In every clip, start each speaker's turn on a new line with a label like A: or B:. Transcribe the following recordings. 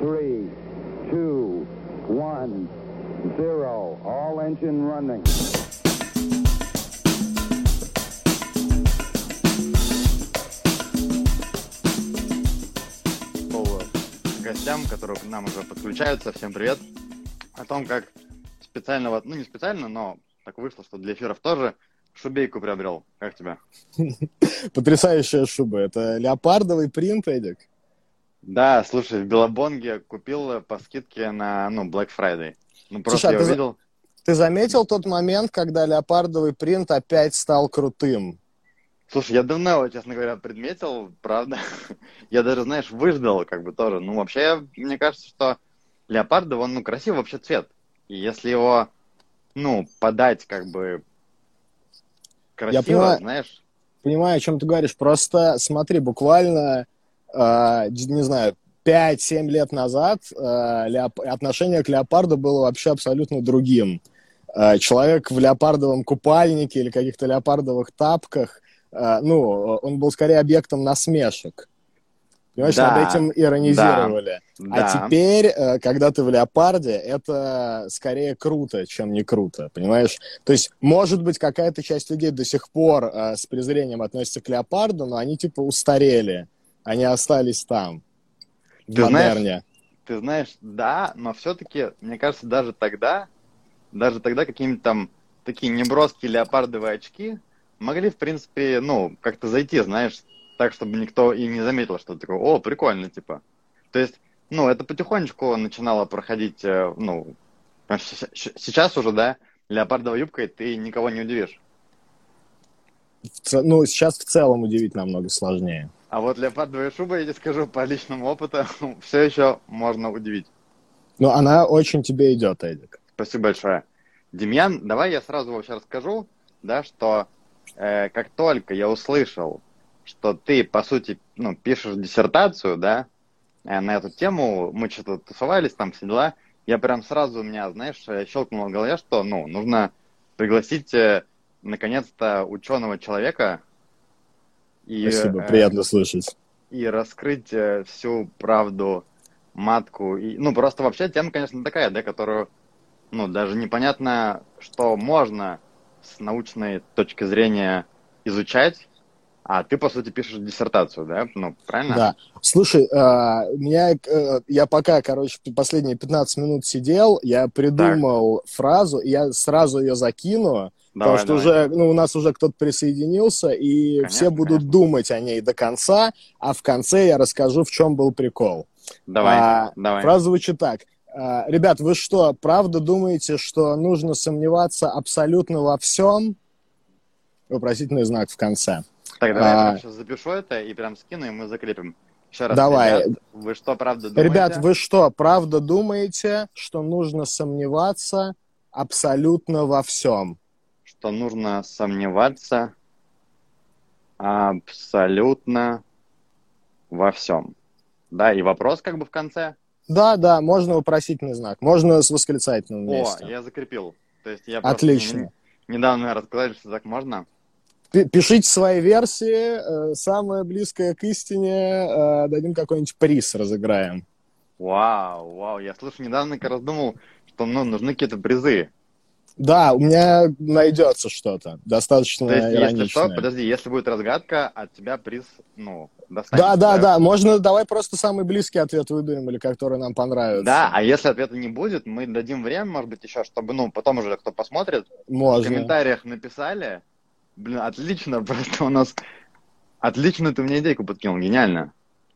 A: 3, 2, 1, 0. All engine running.
B: Гостям, которые к нам уже подключаются, всем привет. О том, как специально, ну не специально, но так вышло, что для эфиров тоже шубейку приобрел. Как тебя?
C: Потрясающая шуба. Это леопардовый принт, Эдик?
B: Да, слушай, в Биллабонге купил по скидке на, Black Friday. Просто
C: Слушай,
B: я увидел.
C: Ты заметил тот момент, когда леопардовый принт опять стал крутым?
B: Слушай, я давно его, честно говоря, предметил, правда. Я даже, знаешь, выждал тоже. Вообще, мне кажется, что леопардовый, он, красивый вообще цвет. И если его, подать красиво, знаешь.
C: Понимаю, о чем ты говоришь. Просто смотри, буквально, не знаю, 5-7 лет назад отношение к леопарду было вообще абсолютно другим. Человек в леопардовом купальнике или каких-то леопардовых тапках, он был скорее объектом насмешек. Понимаешь,
B: Да,
C: над этим иронизировали.
B: Да.
C: А теперь, когда ты в леопарде, это скорее круто, чем не круто, понимаешь? То есть, может быть, какая-то часть людей до сих пор с презрением относится к леопарду, но они устарели. Они остались там, в модерне.
B: Ты знаешь, да, но все-таки, мне кажется, даже тогда какие-нибудь там такие неброские леопардовые очки могли, в принципе, как-то зайти, знаешь, так, чтобы никто и не заметил, что такое, о, прикольно, типа. То есть, это потихонечку начинало проходить, сейчас уже, да, леопардовой юбкой ты никого не удивишь.
C: Сейчас в целом удивить намного сложнее.
B: А вот леопардовая шуба, я тебе скажу, по личному опыту, все еще можно удивить.
C: Она очень тебе идет, Эдик.
B: Спасибо большое. Демьян, давай я сразу вообще расскажу, да, что как только я услышал, что ты, по сути, пишешь диссертацию, да, на эту тему, мы что-то тусовались, там все дела, я прям сразу, у меня, знаешь, щелкнуло в голове, что, нужно пригласить, наконец-то, ученого человека. И,
C: спасибо, приятно слышать.
B: И раскрыть всю правду матку. И, просто вообще тема, конечно, такая, да, которую, даже непонятно, что можно с научной точки зрения изучать, а ты, по сути, пишешь диссертацию, да? Правильно?
C: Да. Слушай, я пока, последние 15 минут сидел, я придумал фразу, я сразу ее закину, потому что уже, у нас уже кто-то присоединился, и конечно, все будут думать о ней до конца, а в конце я расскажу, в чем был прикол.
B: Давай.
C: Фраза звучит так. Ребят, вы что, правда думаете, что нужно сомневаться абсолютно во всем? Вопросительный знак в конце.
B: Так, давай я сейчас запишу это и прям скину, и мы закрепим. Еще раз,
C: давай.
B: Ребят, вы что, правда думаете?
C: Ребят, вы что, правда думаете, что нужно сомневаться абсолютно во всем?
B: Что нужно сомневаться абсолютно во всем. Да, и вопрос в конце?
C: Да, можно вопросительный знак, можно с восклицательным вместе.
B: О, я закрепил. То есть я
C: отлично.
B: Недавно рассказали, что так можно.
C: Пишите свои версии, самое близкое к истине, дадим какой-нибудь приз, разыграем.
B: Вау, я, слушай, недавно как раз думал, что нужны какие-то призы.
C: Да, у меня найдется что-то, достаточно ироничное.
B: Если что, подожди, если будет разгадка, от тебя приз, достанется.
C: Да, можно, давай просто самый близкий ответ выберем, или который нам понравится.
B: Да, а если ответа не будет, мы дадим время, может быть, еще, чтобы, потом уже кто посмотрит,
C: можно.
B: В комментариях написали. Блин, отлично, просто у нас... Отлично ты мне идейку подкинул, гениально.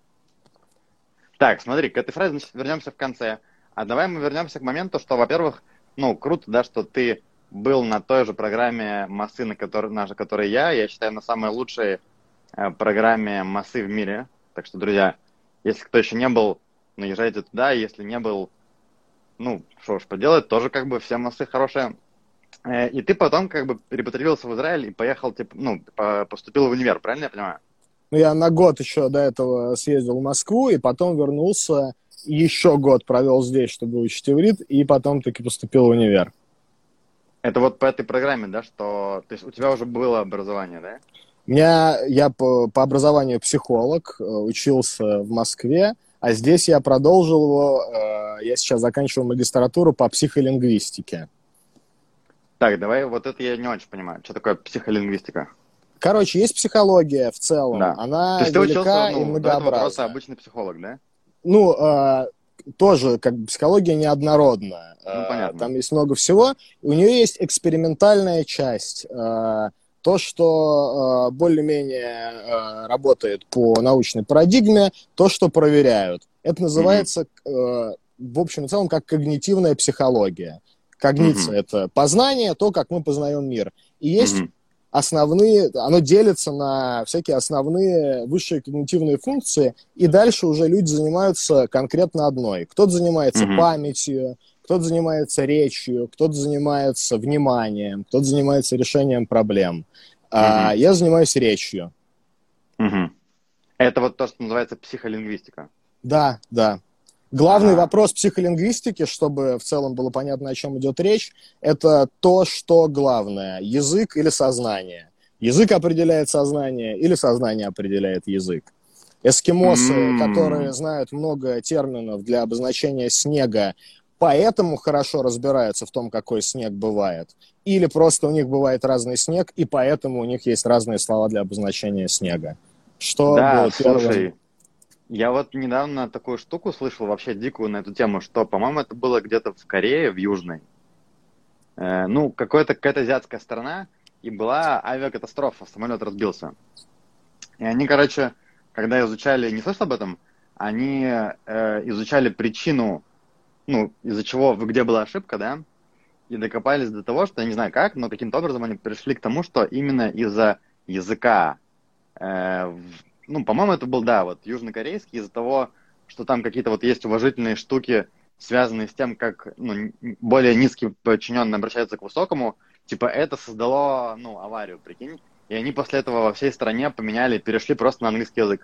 B: Так, смотри, к этой фразе, значит, вернемся в конце. А давай мы вернемся к моменту, что, во-первых, круто, да, что ты был на той же программе МАСы, на которой я считаю, на самой лучшей программе МАСы в мире. Так что, друзья, если кто еще не был, езжайте туда, если не был, что уж поделать, тоже все МАСы хорошие. И ты потом репатриировался в Израиль и поехал, поступил в универ, правильно я понимаю?
C: Я на год еще до этого съездил в Москву, и потом вернулся, еще год провел здесь, чтобы учить иврит, и потом таки поступил в универ.
B: Это вот по этой программе, да, что... То есть у тебя уже было образование, да?
C: Я по образованию психолог, учился в Москве, а здесь я продолжил его, я сейчас заканчиваю магистратуру по психолингвистике.
B: Так, давай, вот это я не очень понимаю. Что такое психолингвистика?
C: Короче, есть психология в целом,
B: Да.
C: она
B: То есть ты учился,
C: велика и
B: до этого просто
C: многообразна.
B: обычный психолог, да?
C: Ну, тоже как бы психология неоднородная.
B: Ну, понятно.
C: Там есть много всего. У нее есть экспериментальная часть. То, что более-менее работает по научной парадигме, то, что проверяют. Это называется, в общем и целом, как когнитивная психология. Когниция — это познание, то, как мы познаем мир. И есть основные, оно делится на всякие основные высшие когнитивные функции, и дальше уже люди занимаются конкретно одной. Кто-то занимается памятью, кто-то занимается речью, кто-то занимается вниманием, кто-то занимается решением проблем. Я занимаюсь речью.
B: Это вот то, что называется психолингвистика.
C: Да, да. Главный вопрос психолингвистики, чтобы в целом было понятно, о чем идет речь, это то, что главное, язык или сознание. Язык определяет сознание или сознание определяет язык. Эскимосы, которые знают много терминов для обозначения снега, поэтому хорошо разбираются в том, какой снег бывает. Или просто у них бывает разный снег, и поэтому у них есть разные слова для обозначения снега. Что было первым?
B: Слушай, я вот недавно такую штуку слышал, вообще дикую на эту тему, что, по-моему, это было где-то в Корее, в Южной. Какая-то азиатская страна, и была авиакатастрофа, самолет разбился. И они, короче, когда изучали, не слышал об этом, они изучали причину, из-за чего, где была ошибка, да, и докопались до того, что, я не знаю как, но каким-то образом они пришли к тому, что именно из-за языка, по-моему, это был, южнокорейский, из-за того, что там какие-то вот есть уважительные штуки, связанные с тем, как, более низкий подчиненный обращается к высокому, типа это создало, аварию, прикинь, и они после этого во всей стране перешли просто на английский язык.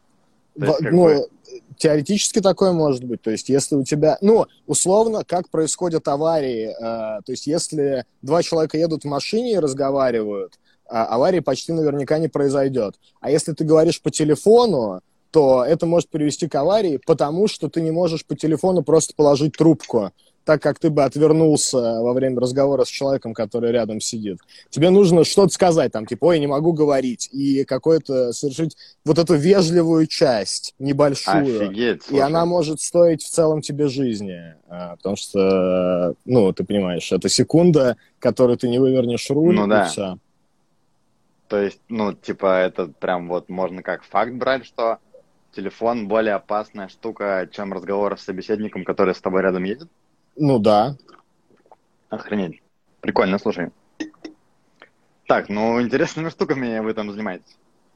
C: Теоретически такое может быть. То есть, если у тебя... условно, как происходят аварии. То есть, если два человека едут в машине и разговаривают, аварии почти наверняка не произойдет. А если ты говоришь по телефону, то это может привести к аварии, потому что ты не можешь по телефону просто положить трубку, так как ты бы отвернулся во время разговора с человеком, который рядом сидит. Тебе нужно что-то сказать, ой, не могу говорить, и какое-то совершить вот эту вежливую часть, небольшую.
B: Офигеть, слушай.
C: И она может стоить в целом тебе жизни, потому что, ты понимаешь, это секунда, которую ты не вывернешь руль, и все.
B: То есть, это прям можно как факт брать, что телефон более опасная штука, чем разговор с собеседником, который с тобой рядом едет?
C: Да.
B: Охренеть. Прикольно, слушай. Так, интересными штуками вы там занимаетесь.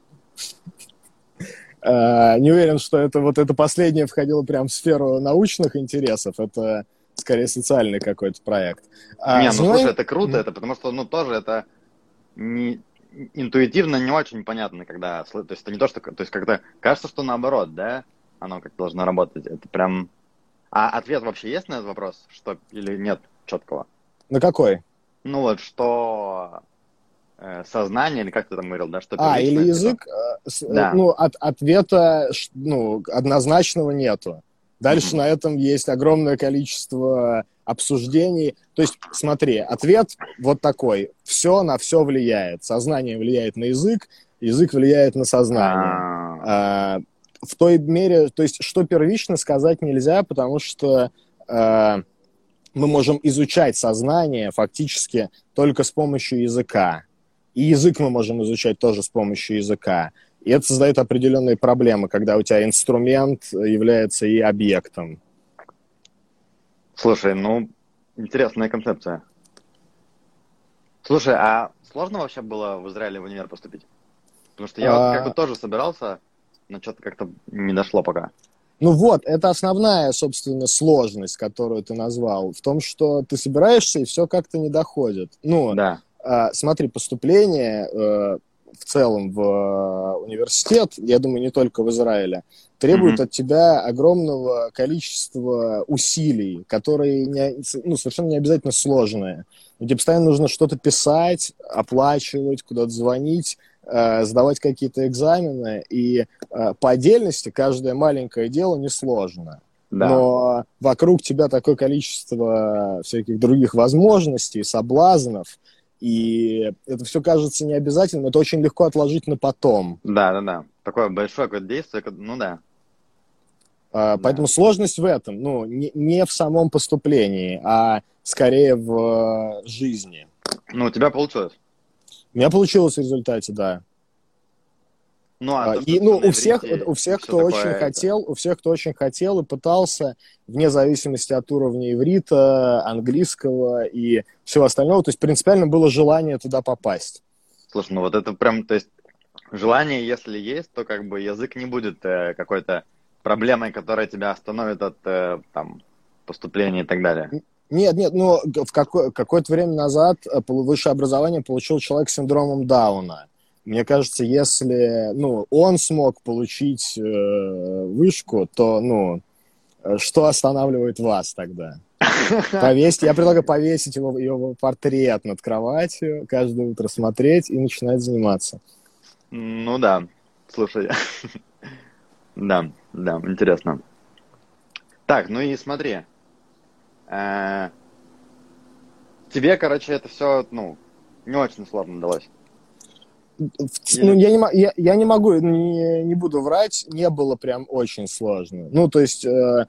C: Не уверен, что это последнее входило прям в сферу научных интересов. Это скорее социальный какой-то проект.
B: Слушай, это круто, это потому что, тоже это интуитивно не очень понятно, когда... То есть это не то, что... То есть как-то кажется, что наоборот, да? Оно как должно работать. Это прям... А ответ вообще есть на этот вопрос? Что или нет четкого?
C: На какой?
B: Что сознание, или как ты там говорил, да? Что
C: или язык?
B: Да.
C: Ответа, однозначного нету. Дальше на этом есть огромное количество обсуждений. То есть, смотри, ответ вот такой. Все на все влияет. Сознание влияет на язык, язык влияет на сознание. В той мере, то есть, что первично сказать нельзя, потому что мы можем изучать сознание фактически только с помощью языка. И язык мы можем изучать тоже с помощью языка. И это создает определенные проблемы, когда у тебя инструмент является и объектом.
B: Слушай, интересная концепция. Слушай, а сложно вообще было в Израиле в универ поступить? Потому что я тоже собирался, но что-то как-то не дошло пока.
C: Это основная, собственно, сложность, которую ты назвал, в том, что ты собираешься, и все как-то не доходит.
B: Да.
C: Смотри, поступление в целом в университет, я думаю, не только в Израиле, требует от тебя огромного количества усилий, которые совершенно не обязательно сложные. Тебе постоянно нужно что-то писать, оплачивать, куда-то звонить, сдавать какие-то экзамены, и по отдельности каждое маленькое дело несложно.
B: Да.
C: Но вокруг тебя такое количество всяких других возможностей, соблазнов, и это все кажется необязательным, это очень легко отложить на потом.
B: Да. Такое большое какое-то действие, ну да.
C: Поэтому сложность в этом, ну, не в самом поступлении, а скорее в жизни.
B: Ну, у тебя получилось.
C: У меня получилось в результате, да.
B: Ну, а то, что
C: И,
B: ты
C: ну,
B: на
C: у всех,
B: иврите,
C: кто очень хотел, у всех, кто очень хотел и пытался, вне зависимости от уровня иврита, английского и всего остального, то есть принципиально было желание туда попасть.
B: Слушай, ну вот это прям, то есть желание, если есть, то как бы язык не будет какой-то проблемой, которая тебя остановит от там поступления и так далее.
C: Нет, ну, какое-то время назад высшее образование получил человек с синдромом Дауна. Мне кажется, если, ну, он смог получить вышку, то, ну, что останавливает вас тогда? Я предлагаю повесить его портрет над кроватью, каждое утро смотреть и начинать заниматься.
B: Ну да, слушай, да, интересно. Так, ну и смотри, тебе, короче, это все, ну, не очень сложно далось.
C: Ну, я не могу, не буду врать, не было прям очень сложно. Ну, то есть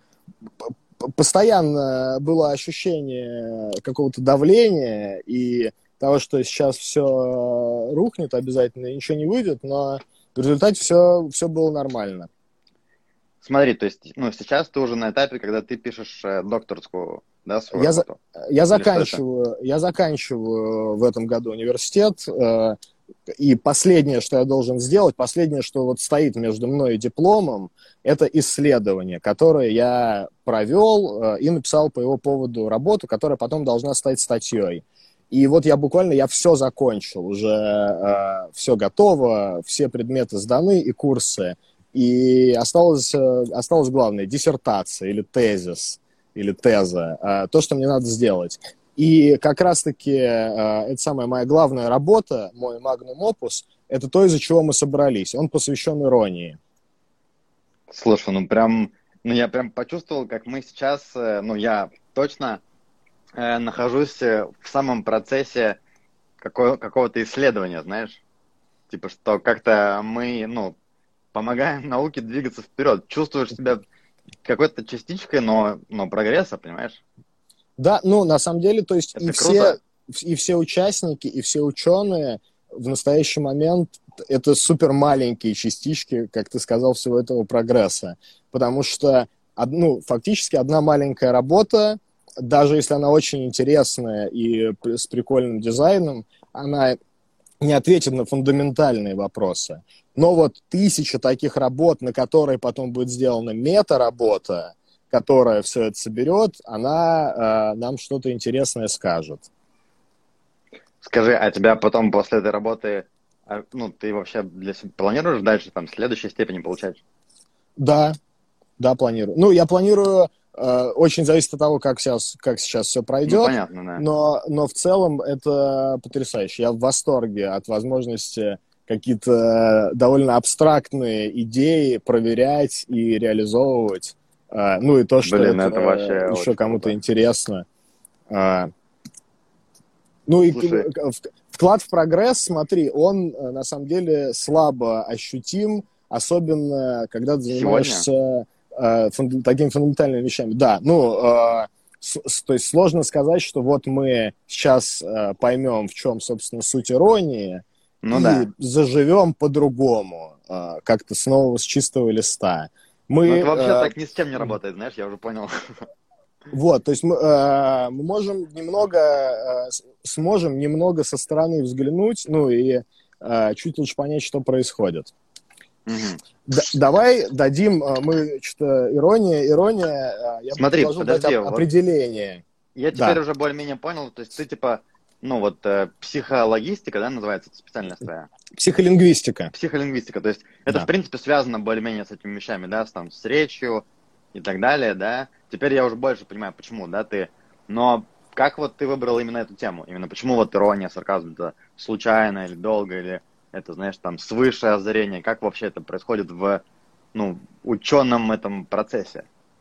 C: постоянно было ощущение какого-то давления и того, что сейчас все рухнет обязательно, ничего не выйдет, но в результате все было нормально.
B: Смотри, то есть, ну, сейчас ты уже на этапе, когда ты пишешь докторскую, да, свою работу.
C: Я заканчиваю в этом году университет, и последнее, что я должен сделать, последнее, что вот стоит между мной и дипломом, это исследование, которое я провел и написал по его поводу работу, которая потом должна стать статьей. И вот я все закончил, уже все готово, все предметы сданы и курсы. И осталось главное, диссертация или тезис, или теза, то, что мне надо сделать. И как раз-таки это самая моя главная работа, мой magnum opus, это то, из-за чего мы собрались. Он посвящен иронии.
B: Слушай, я прям почувствовал, как мы сейчас, я точно нахожусь в самом процессе какого-то исследования, знаешь? Типа, что как-то мы, помогаем науке двигаться вперед. Чувствуешь себя какой-то частичкой, но прогресса, понимаешь?
C: Да, ну, на самом деле, то есть
B: это
C: все участники, и все ученые в настоящий момент это супер маленькие частички, как ты сказал, всего этого прогресса. Потому что, фактически одна маленькая работа, даже если она очень интересная и с прикольным дизайном, она не ответит на фундаментальные вопросы. Но вот 1000 таких работ, на которые потом будет сделана мета-работа, которая все это соберет, она нам что-то интересное скажет.
B: Скажи, а тебя потом после этой работы, ты вообще для себя планируешь дальше там следующей степени получать?
C: Да, планирую. Ну, я планирую, очень зависит от того, как сейчас все пройдет.
B: Ну, понятно, да.
C: Но в целом это потрясающе. Я в восторге от возможности какие-то довольно абстрактные идеи проверять и реализовывать. Ну и то, что
B: это вообще
C: еще кому-то интересно. Ну и вклад в прогресс, смотри, он на самом деле слабо ощутим, особенно когда ты занимаешься такими фундаментальными вещами. Да, то есть сложно сказать, что вот мы сейчас поймем, в чем, собственно, суть иронии, заживем по-другому, как-то снова с чистого листа.
B: Это вообще так ни с чем не работает, знаешь, я уже понял.
C: Вот, то есть мы сможем немного со стороны взглянуть, ну и чуть лучше понять, что происходит. Давай дадим, мы что-то ирония, я бы предложил дать определение.
B: Я теперь уже более-менее понял, то есть ты типа, психологистика, да, называется эта специальность твоя?
C: Психолингвистика,
B: то есть это, в принципе, связано более-менее с этими вещами, да, с речью и так далее, да. Теперь я уже больше понимаю, почему, да, но как вот ты выбрал именно эту тему? Именно почему вот ирония, сарказм, это случайно или долго, или это, знаешь, там, свыше озарение? Как вообще это происходит в, ну, ученом этом процессе?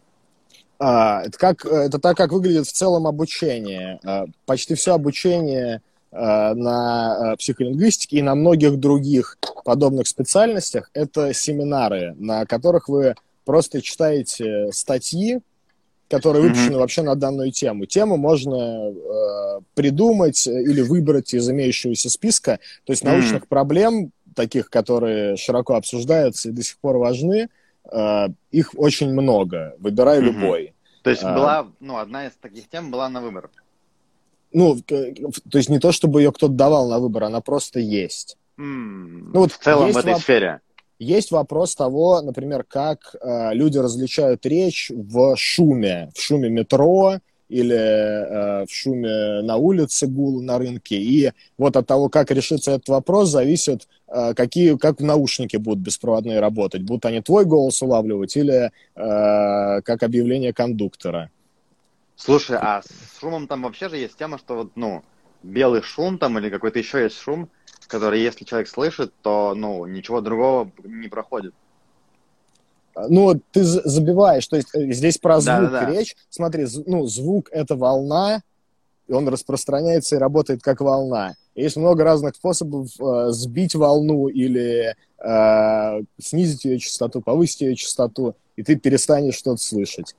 C: Это так, как выглядит в целом обучение. Почти все обучение на психолингвистике и на многих других подобных специальностях — это семинары, на которых вы просто читаете статьи, которые выпущены вообще на данную тему. Тему можно придумать или выбрать из имеющегося списка. То есть научных проблем, таких, которые широко обсуждаются и до сих пор важны, их очень много. Выбирай любой.
B: То есть была, ну, одна из таких тем была на выбор.
C: Ну, то есть не то, чтобы ее кто-то давал на выбор, она просто есть. Ну, вот
B: в целом в этой сфере.
C: Есть вопрос того, например, как люди различают речь в шуме метро или в шуме на улице, гул на рынке. И вот от того, как решится этот вопрос, зависит, как наушники будут беспроводные работать. Будут они твой голос улавливать или как объявление кондуктора.
B: Слушай, а с шумом там вообще же есть тема, что вот, ну, белый шум там или какой-то еще есть шум, который, если человек слышит, то, ну, ничего другого не проходит.
C: Ну, ты забиваешь, то есть здесь про звук речь. Смотри, ну, звук — это волна, и он распространяется и работает как волна. Есть много разных способов сбить волну или снизить ее частоту, повысить ее частоту, и ты перестанешь что-то слышать.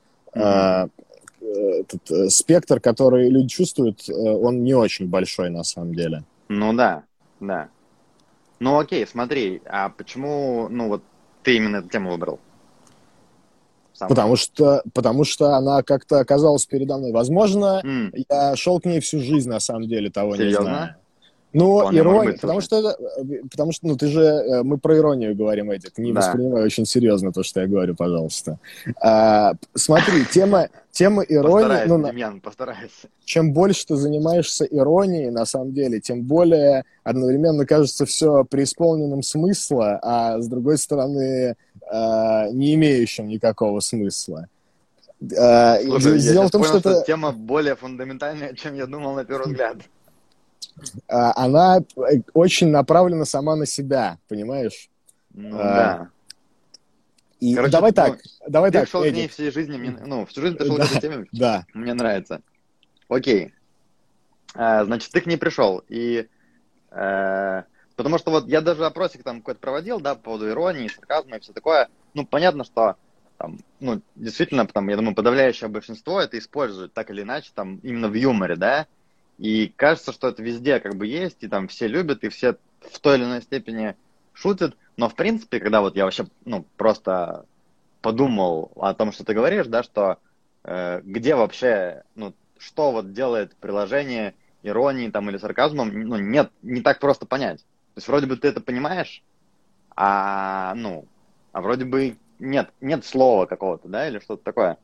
C: Этот спектр, который люди чувствуют, он не очень большой на самом деле.
B: Ну да. Ну окей, смотри, а почему, ну вот, ты именно эту тему выбрал?
C: Потому что она как-то оказалась передо мной. Возможно, я шел к ней всю жизнь, на самом деле, того
B: Серьезно?
C: не знаю. Ну, ирония, потому что, ну, мы про иронию говорим, Эдик, не воспринимай очень серьезно то, что я говорю, пожалуйста. Смотри, тема иронии...
B: Постараюсь, Демьян, постараюсь.
C: Чем больше ты занимаешься иронией, на самом деле, тем более одновременно кажется все преисполненным смысла, а с другой стороны, не имеющим никакого смысла.
B: Слушай, я понял, что тема более фундаментальная, чем я думал на первый взгляд.
C: Она очень направлена сама на себя, понимаешь?
B: Ну, да.
C: И
B: короче,
C: давай так,
B: ты шел к ней всей жизни, всю жизнь ты шел к этой теме?
C: Да.
B: Мне нравится. Окей. Значит, ты к ней пришел, и... потому что вот я даже опросик там какой-то проводил, да, по поводу иронии, сарказма и все такое. Ну, понятно, что там, ну, действительно, там, я думаю, подавляющее большинство это использует так или иначе, там, именно в юморе, да. И кажется, что это везде как бы есть, и там все любят, и все в той или иной степени шутят. Но, в принципе, когда вот я вообще, ну, просто подумал о том, что ты говоришь, да, что где вообще, ну, что вот делает приложение иронии там или сарказмом, ну, нет, не так просто понять. То есть вроде бы ты это понимаешь, а вроде бы нет слова какого-то, да, или что-то такое.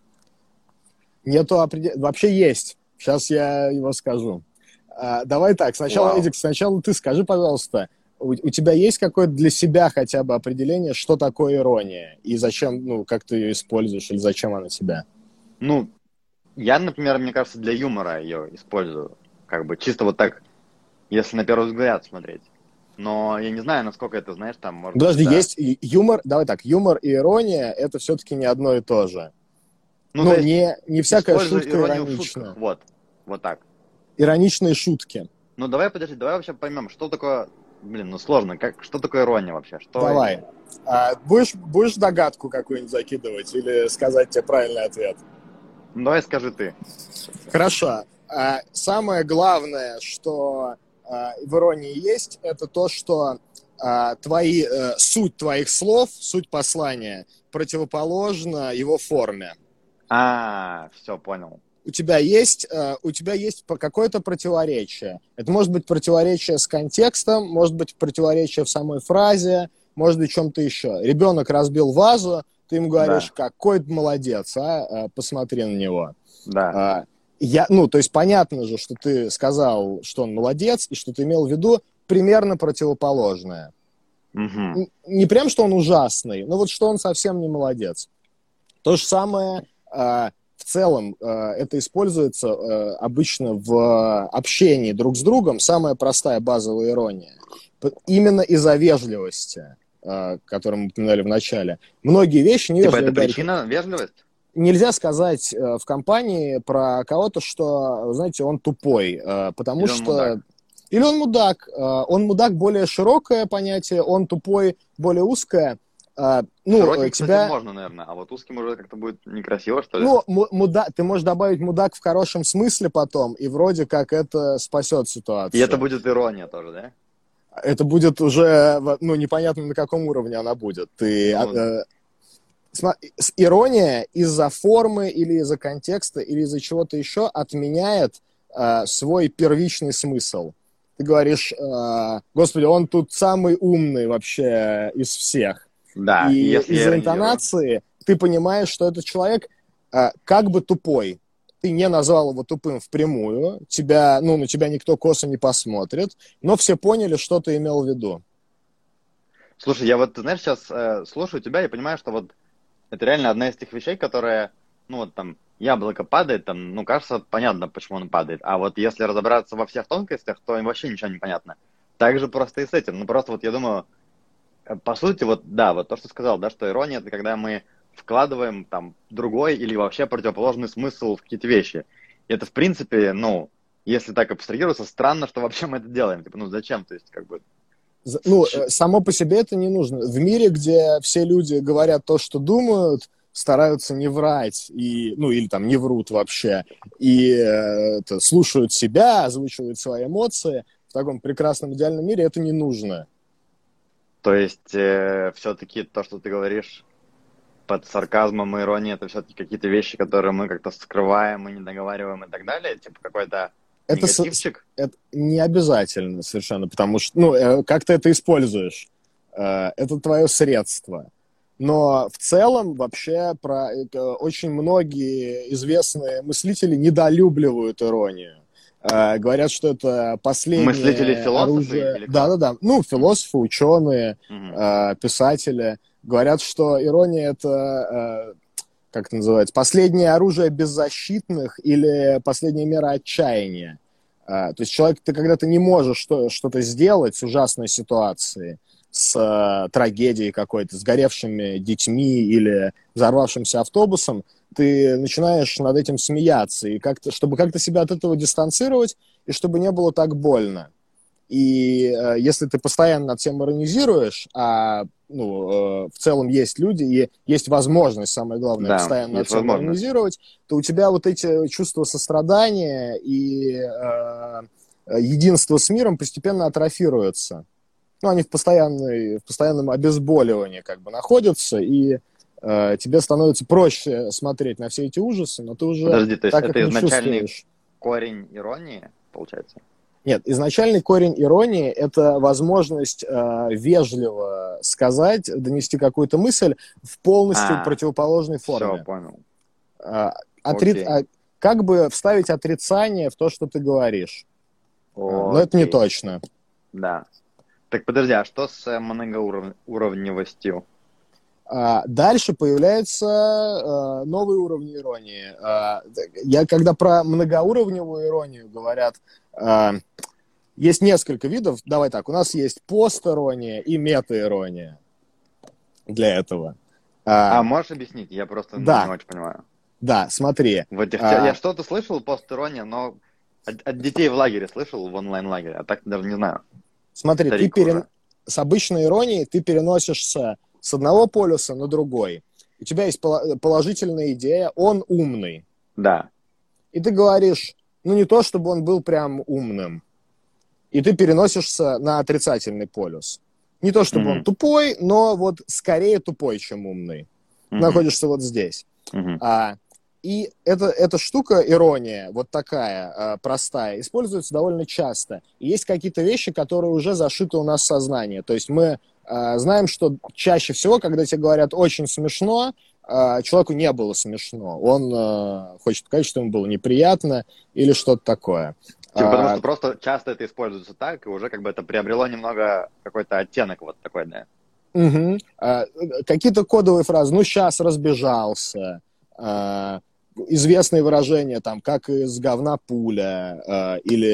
C: Вообще есть. Сейчас я его скажу. Давай так, сначала, Эдик, ты скажи, пожалуйста, у тебя есть какое-то для себя хотя бы определение, что такое ирония? И зачем, ну, как ты ее используешь, или зачем она тебя?
B: Ну, я, например, мне кажется, для юмора ее использую. Как бы чисто вот так, если на первый взгляд смотреть. Но я не знаю, насколько это, знаешь, там... Может
C: Подожди, есть юмор... Давай так, юмор и ирония — это все-таки не одно и то же. Ну, не всякая шутка иронична.
B: Вот так.
C: Ироничные шутки.
B: Ну, давай вообще поймем, что такое... Блин, ну сложно. Что такое ирония вообще?
C: Давай. Будешь догадку какую-нибудь закидывать или сказать тебе правильный ответ?
B: Ну, давай скажи ты.
C: Хорошо. Самое главное, что в иронии есть, это то, что суть твоих слов, суть послания противоположна его форме.
B: Все, понял.
C: У тебя есть какое-то противоречие. Это может быть противоречие с контекстом, может быть противоречие в самой фразе, может быть в чем-то еще. Ребенок разбил вазу, ты ему говоришь, какой ты молодец, посмотри на него.
B: Да.
C: То есть понятно же, что ты сказал, что он молодец, и что ты имел в виду примерно противоположное.
B: Угу.
C: Не прям, что он ужасный, но вот что он совсем не молодец. То же самое... В целом это используется обычно в общении друг с другом, самая простая базовая ирония. Именно из-за вежливости, которую мы упоминали в начале. Многие вещи
B: Типа
C: невежливо
B: это
C: говорить.
B: причина, вежливость?
C: Нельзя сказать в компании про кого-то, что, знаете, он тупой, потому
B: Или он
C: что...
B: мудак?
C: Или он мудак. Он мудак — более широкое понятие, он тупой — более узкое.
B: Широким, кстати,
C: тебя...
B: можно, наверное, а вот узким уже как-то будет некрасиво, что ли?
C: Ты можешь добавить мудак в хорошем смысле потом, и вроде как это спасет ситуацию.
B: И это будет ирония тоже, да?
C: Это будет уже, непонятно, на каком уровне она будет. Ирония из-за формы или из-за контекста или из-за чего-то еще отменяет свой первичный смысл. Ты говоришь, господи, он тут самый умный вообще из всех.
B: Да,
C: и
B: если
C: из-за интонации ты понимаешь, что этот человек как бы тупой. Ты не назвал его тупым впрямую, на тебя никто косо не посмотрит, но все поняли, что ты имел в виду.
B: Слушай, я вот, знаешь, сейчас слушаю тебя и понимаю, что вот это реально одна из тех вещей, которая, яблоко падает, кажется, понятно, почему оно падает. А вот если разобраться во всех тонкостях, то им вообще ничего не понятно. Так же просто и с этим. Просто вот я думаю, по сути, вот то, что сказал, да, что ирония — это когда мы вкладываем другой или вообще противоположный смысл в какие-то вещи. И это, в принципе, если так абстрагироваться, странно, что вообще мы это делаем. Зачем? То есть,
C: само по себе это не нужно. В мире, где все люди говорят то, что думают, стараются не врать, или не врут вообще, и слушают себя, озвучивают свои эмоции, в таком прекрасном идеальном мире это не нужно.
B: То есть, все-таки то, что ты говоришь под сарказмом и иронией, это все-таки какие-то вещи, которые мы как-то скрываем и не договариваем и так далее? Типа какой-то негативчик?
C: Это не обязательно совершенно, потому что, как ты это используешь? Это твое средство. Но в целом вообще очень многие известные мыслители недолюбливают иронию. Говорят, что это последнее
B: мыслители-философы
C: оружие.
B: или кто?
C: Да. Философы, ученые, писатели. Говорят, что ирония — это, как это называется, последнее оружие беззащитных или последняя мера отчаяния. То есть когда ты не можешь что-то сделать с ужасной ситуацией, с трагедией какой-то, с горевшими детьми или взорвавшимся автобусом, ты начинаешь над этим смеяться, и чтобы как-то себя от этого дистанцировать, и чтобы не было так больно. И если ты постоянно над всем иронизируешь, в целом есть люди, и есть возможность, самое главное, постоянно над всем иронизировать, то у тебя вот эти чувства сострадания и единства с миром постепенно атрофируются. Они в постоянном обезболивании находятся, и тебе становится проще смотреть на все эти ужасы, но ты уже
B: Подожди, то есть
C: так
B: это
C: их не
B: изначальный
C: чувствуешь.
B: корень иронии, получается?
C: Нет, изначальный корень иронии — это возможность вежливо сказать, донести какую-то мысль в полностью противоположной форме.
B: Все, понял.
C: Как бы вставить отрицание в то, что ты говоришь. Но это не точно.
B: Да. Так подожди, а что с многоуровневостью?
C: Дальше появляются новые уровни иронии. Когда про многоуровневую иронию говорят, есть несколько видов. Давай так, у нас есть постирония и метаирония для этого.
B: Можешь объяснить? Я просто не очень понимаю.
C: Да, смотри.
B: Я что-то слышал постирония, но от детей в лагере слышал, в онлайн-лагере, а так даже не знаю.
C: Смотри, с обычной иронией ты переносишься с одного полюса на другой. У тебя есть положительная идея, он умный.
B: Да.
C: И ты говоришь, не то, чтобы он был прям умным. И ты переносишься на отрицательный полюс. Не то, чтобы он тупой, но вот скорее тупой, чем умный. Находишься вот здесь. И эта штука, ирония, вот такая простая, используется довольно часто. И есть какие-то вещи, которые уже зашиты у нас в сознании. То есть мы знаем, что чаще всего, когда тебе говорят «очень смешно», человеку не было смешно. Он хочет сказать, что ему было неприятно или что-то такое.
B: Потому что просто часто это используется так, и уже это приобрело немного какой-то оттенок вот такой, да.
C: Какие-то кодовые фразы, сейчас разбежался, известные выражения, как из говна пуля, или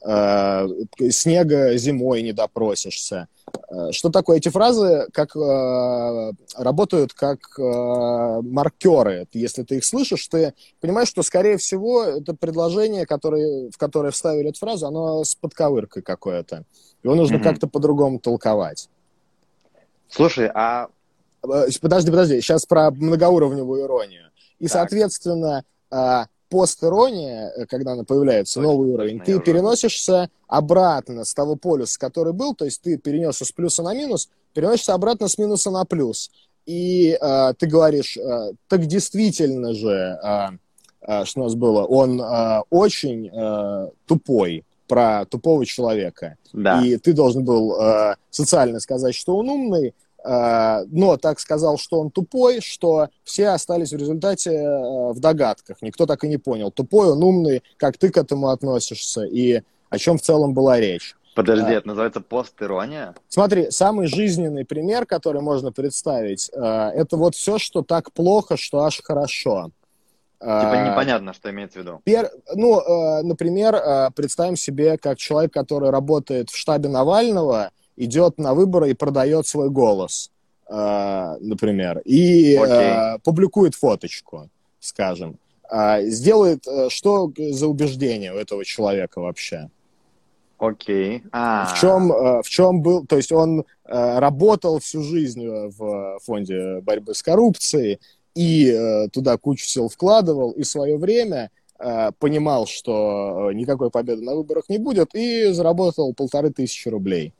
C: снега зимой не допросишься. Что такое? Эти фразы работают как маркеры. Если ты их слышишь, ты понимаешь, что, скорее всего, это предложение, в которое вставили эту фразу, оно с подковыркой какое-то. Его нужно как-то по-другому толковать.
B: Слушай, а...
C: Подожди. Сейчас про многоуровневую иронию. И, соответственно, постирония, когда она появляется, новый уровень, ты переносишься обратно с того полюса, который был, то есть ты перенесся с плюса на минус, переносишься обратно с минуса на плюс. И ты говоришь, так действительно же, что у нас было, он очень тупой, про тупого человека.
B: Да.
C: И ты должен был социально сказать, что он умный, но так сказал, что он тупой, что все остались в результате в догадках. Никто так и не понял, тупой он, умный, как ты к этому относишься, и о чем в целом была речь.
B: Подожди, это называется постирония?
C: Смотри, самый жизненный пример, который можно представить, это вот все, что так плохо, что аж хорошо.
B: Типа непонятно, что имеется в виду.
C: Например, представим себе, как человек, который работает в штабе Навального, идет на выборы и продает свой голос, например, и публикует фоточку, скажем. Сделает, что за убеждение у этого человека вообще?
B: Окей.
C: В чем был... То есть он работал всю жизнь в фонде борьбы с коррупцией, и туда кучу сил вкладывал, и свое время понимал, что никакой победы на выборах не будет, и заработал 1500 рублей.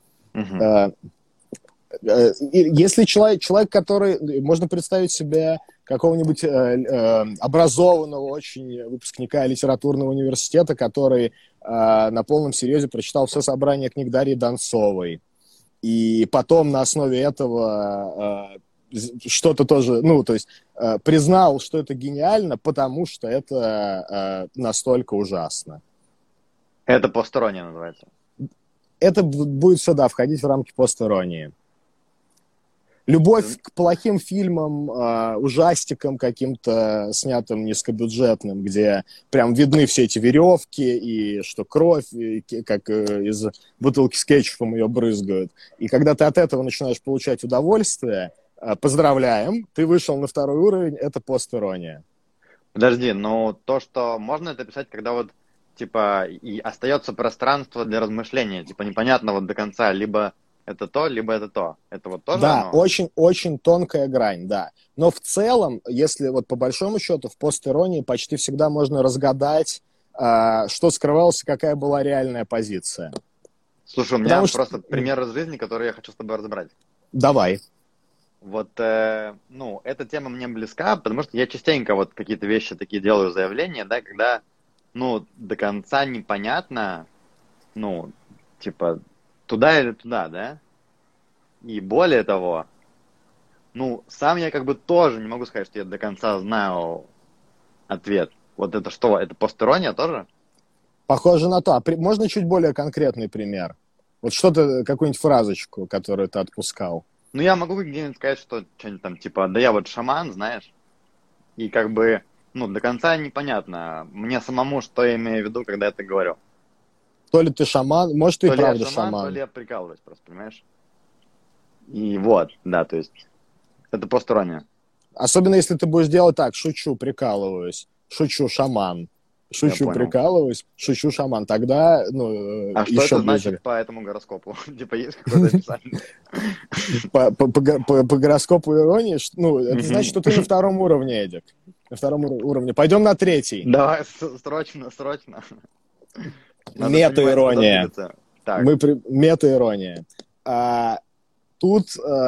C: Если человек, который... Можно представить себе какого-нибудь образованного очень выпускника литературного университета, который на полном серьезе прочитал все собрание книг Дарьи Донцовой, и потом на основе этого что-то тоже... то есть признал, что это гениально, потому что это настолько ужасно.
B: Это постирония называется?
C: Это будет сюда входить в рамки постиронии. Любовь к плохим фильмам, ужастикам каким-то снятым низкобюджетным, где прям видны все эти веревки, и что кровь, и как из бутылки с кетчупом ее брызгают. И когда ты от этого начинаешь получать удовольствие, поздравляем, ты вышел на второй уровень, это постирония.
B: Подожди, но то, что можно это писать, когда вот типа и остается пространство для размышления, типа непонятно вот до конца, либо это то, либо это то. Это вот тоже
C: да,
B: оно?
C: очень тонкая грань, да. Но в целом, если вот по большому счету в постиронии почти всегда можно разгадать, что скрывалось, какая была реальная позиция.
B: Слушай, у меня просто пример из жизни, который я хочу с тобой разобрать.
C: Давай.
B: Вот, эта тема мне близка, потому что я частенько вот какие-то вещи такие делаю, заявления, да, когда, до конца непонятно, типа, туда или туда, да? И более того, сам я как бы тоже не могу сказать, что я до конца знаю ответ. Вот это что? Это постирония тоже?
C: Похоже на то. Можно чуть более конкретный пример? Вот что-то, какую-нибудь фразочку, которую ты отпускал.
B: Я могу где-нибудь сказать, что что-нибудь там, типа, да я вот шаман, знаешь, и как бы, до конца непонятно мне самому, что я имею в виду, когда это говорю.
C: То ли ты шаман, может, ты и правда шаман.
B: То ли я прикалываюсь просто, понимаешь? И вот, да, то есть, это постирония.
C: Особенно, если ты будешь делать так, шучу, прикалываюсь, шучу, шаман. Шучу, прикалываюсь, шучу, шаман. Тогда,
B: А что
C: еще
B: это
C: ближе.
B: значит по этому гороскопу? Типа есть какое-то описание?
C: По гороскопу иронии, это значит, что ты на втором уровне, Эдик. На втором уровне. Пойдем на третий.
B: Давай, срочно.
C: Мета-ирония. Мета-ирония. Тут,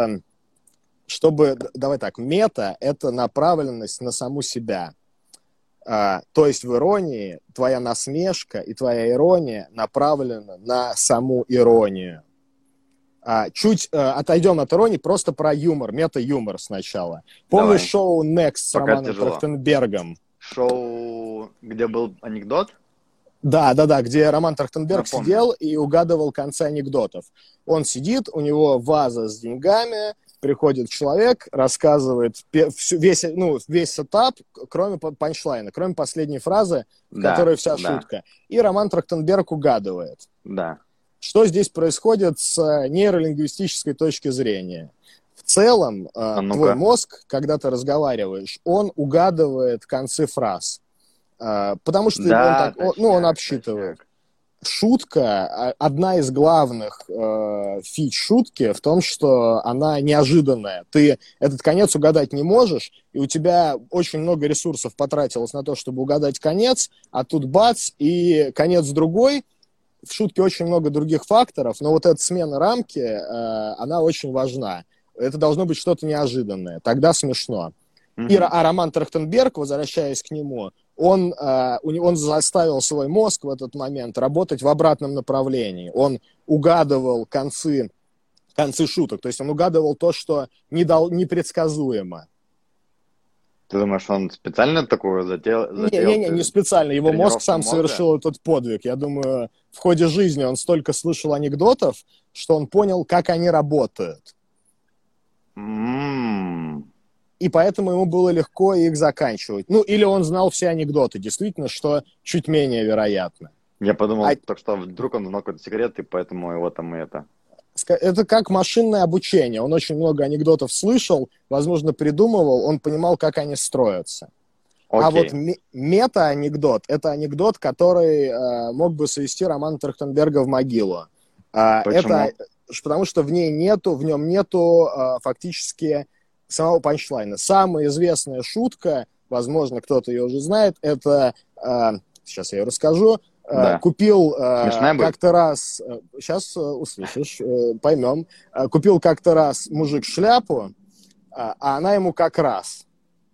C: давай так, мета – это направленность на саму себя. То есть в иронии твоя насмешка и твоя ирония направлена на саму иронию. Чуть отойдем от иронии, просто про юмор, мета-юмор сначала. Помнишь шоу Next с Романом Трахтенбергом?
B: Шоу, где был анекдот?
C: Да, где Роман Трахтенберг сидел и угадывал концы анекдотов. Он сидит, у него ваза с деньгами, приходит человек, рассказывает весь сетап, кроме панчлайна, кроме последней фразы, в которой вся шутка. И Роман Трахтенберг угадывает.
B: Да.
C: Что здесь происходит с нейролингвистической точки зрения? В целом, твой мозг, когда ты разговариваешь, он угадывает концы фраз. Потому что он обсчитывает.
B: Точняк.
C: Шутка, одна из главных фич шутки в том, что она неожиданная. Ты этот конец угадать не можешь, и у тебя очень много ресурсов потратилось на то, чтобы угадать конец, а тут бац, и конец другой. В шутке очень много других факторов, но вот эта смена рамки, она очень важна. Это должно быть что-то неожиданное, тогда смешно. А Роман Трахтенберг, возвращаясь к нему, он заставил свой мозг в этот момент работать в обратном направлении. Он угадывал концы шуток, то есть он угадывал то, что непредсказуемо.
B: Ты думаешь, он специально такую затеял?
C: Не специально. Его мозг сам совершил этот подвиг. Я думаю, в ходе жизни он столько слышал анекдотов, что он понял, как они работают. И поэтому ему было легко их заканчивать. Или он знал все анекдоты, действительно, что чуть менее вероятно.
B: Я подумал, так что вдруг он знал какой-то секрет, и поэтому его там и это...
C: Это как машинное обучение. Он очень много анекдотов слышал, возможно, придумывал, он понимал, как они строятся. А вот мета-анекдот – это анекдот, который мог бы свести Романа Трахтенберга в могилу.
B: Почему?
C: Потому что в нем нету фактически самого панчлайна. Самая известная шутка, возможно, кто-то ее уже знает, это, сейчас я ее расскажу, купил как-то раз, сейчас услышишь, поймем, купил как-то раз мужик шляпу, а она ему как раз.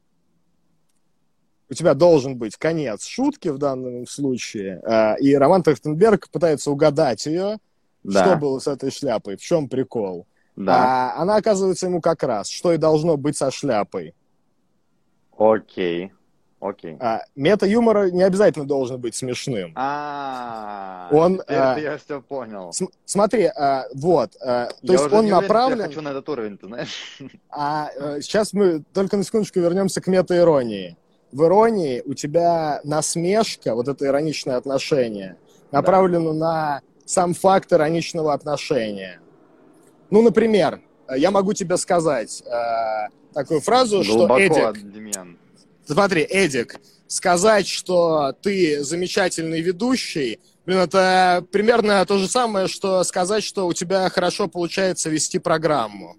C: У тебя должен быть конец шутки в данном случае, и Роман Трахтенберг пытается угадать ее, что было с этой шляпой, в чем прикол. А она оказывается ему как раз, что и должно быть со шляпой.
B: Окей.
C: Мета-юмор не обязательно должен быть смешным.
B: Теперь я все понял.
C: Смотри, то есть он направлен...
B: Я хочу на этот уровень, ты знаешь.
C: Сейчас мы только на секундочку вернемся к мета-иронии. В иронии у тебя насмешка, вот это ироничное отношение, направлено на сам факт ироничного отношения. Например, я могу тебе сказать такую фразу, что Эдик... Смотри, Эдик, сказать, что ты замечательный ведущий, это примерно то же самое, что сказать, что у тебя хорошо получается вести программу.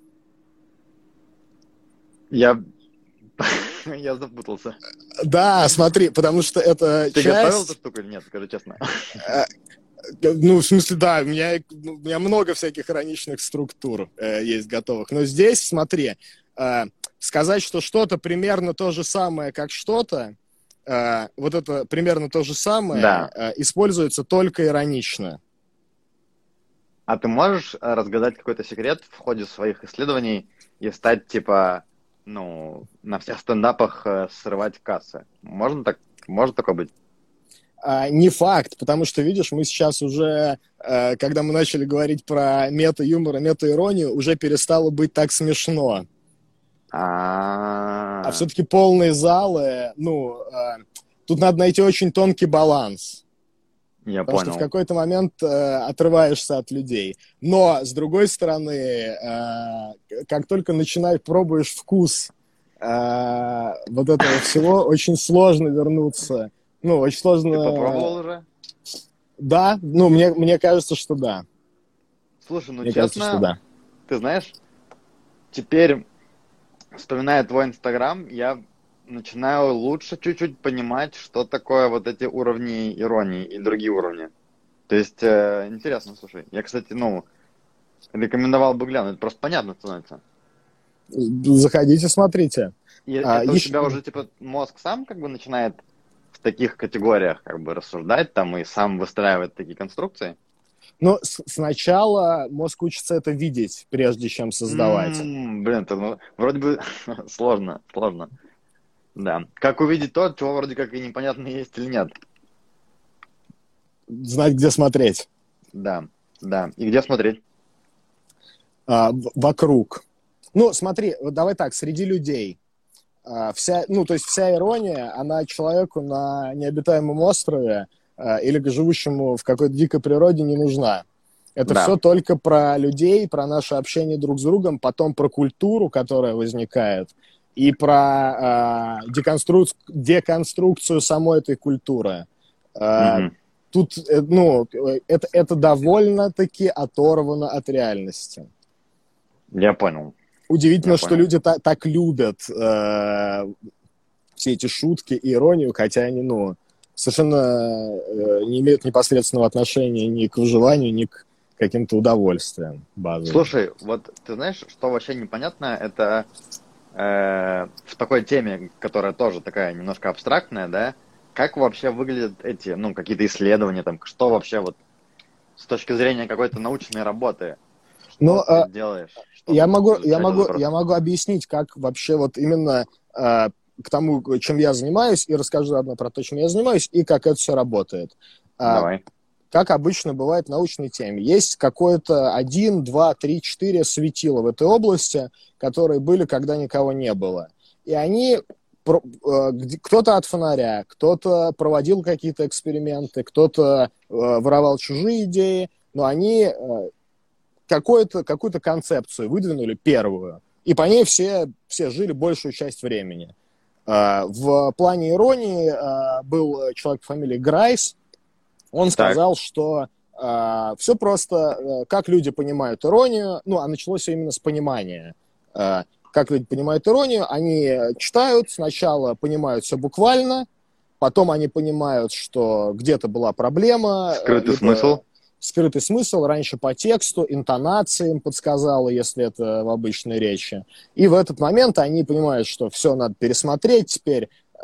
B: Я запутался.
C: Да, смотри, потому что это
B: Ты готовил эту штуку или нет? Скажи честно.
C: В смысле, да, у меня много всяких ироничных структур есть готовых. Но здесь, смотри, сказать, что что-то примерно то же самое, как что-то, вот это примерно то же самое, используется только иронично.
B: А ты можешь разгадать какой-то секрет в ходе своих исследований и стать, на всех стендапах срывать кассы? Может такое быть?
C: Не факт, потому что, видишь, мы сейчас уже, когда мы начали говорить про мета-юмор и мета-иронию, уже перестало быть так смешно. А все-таки полные залы, тут надо найти очень тонкий баланс.
B: Я
C: потому
B: понял.
C: что в какой-то момент отрываешься от людей. Но, с другой стороны, как только пробуешь вкус вот этого всего, очень сложно вернуться. Очень сложно...
B: Ты попробовал уже?
C: Да, мне кажется, что да.
B: Слушай,
C: мне
B: честно,
C: кажется, что да.
B: Ты знаешь, теперь, вспоминая твой Инстаграм, я начинаю лучше чуть-чуть понимать, что такое вот эти уровни иронии и другие уровни. То есть, интересно, слушай. Я, кстати, рекомендовал бы глянуть. Это просто понятно становится.
C: Заходите, смотрите.
B: И это у тебя уже, мозг сам начинает в таких категориях рассуждать и сам выстраивать такие конструкции?
C: Сначала мозг учится это видеть, прежде чем создавать.
B: Это вроде бы сложно. Да. Как увидеть то, чего вроде как и непонятно, есть или нет?
C: Знать, где смотреть.
B: Да. И где смотреть?
C: Вокруг. Ну, смотри, вот давай так, среди людей то есть вся ирония, она человеку на необитаемом острове или живущему в какой-то дикой природе не нужна. Это
B: Да.
C: все только про людей, про наше общение друг с другом, потом про культуру, которая возникает, и про деконструкцию самой этой культуры.
B: Мгм.
C: Тут, это довольно-таки оторвано от реальности.
B: Я понял.
C: Удивительно,
B: Я
C: что
B: понял.
C: люди так любят все эти шутки и иронию, хотя они, совершенно не имеют непосредственного отношения ни к выживанию, ни к каким-то удовольствиям базовым.
B: Слушай, вот ты знаешь, что вообще непонятно, это в такой теме, которая тоже такая немножко абстрактная, да, как вообще выглядят эти, какие-то исследования, там, что вообще вот с точки зрения какой-то научной работы, что ты делаешь, чтобы
C: я могу
B: изучать этот вопрос?
C: объяснить, как вообще вот именно к тому, чем я занимаюсь, и расскажу заодно про то, чем я занимаюсь, и как это все работает.
B: Давай.
C: Как обычно бывает в научной теме. Есть какое-то 1, 2, 3, 4 светила в этой области, которые были, когда никого не было. И они, кто-то от фонаря, кто-то проводил какие-то эксперименты, кто-то воровал чужие идеи, но они какую-то концепцию выдвинули первую, и по ней все жили большую часть времени. В плане иронии был человек по фамилии Грайс. Он сказал, что все просто, как люди понимают иронию, а началось все именно с понимания. Как люди понимают иронию, они читают, сначала понимают все буквально, потом они понимают, что где-то была проблема.
B: Скрытый смысл.
C: Скрытый смысл, раньше по тексту, интонации им подсказала, если это в обычной речи. И в этот момент они понимают, что все надо пересмотреть, теперь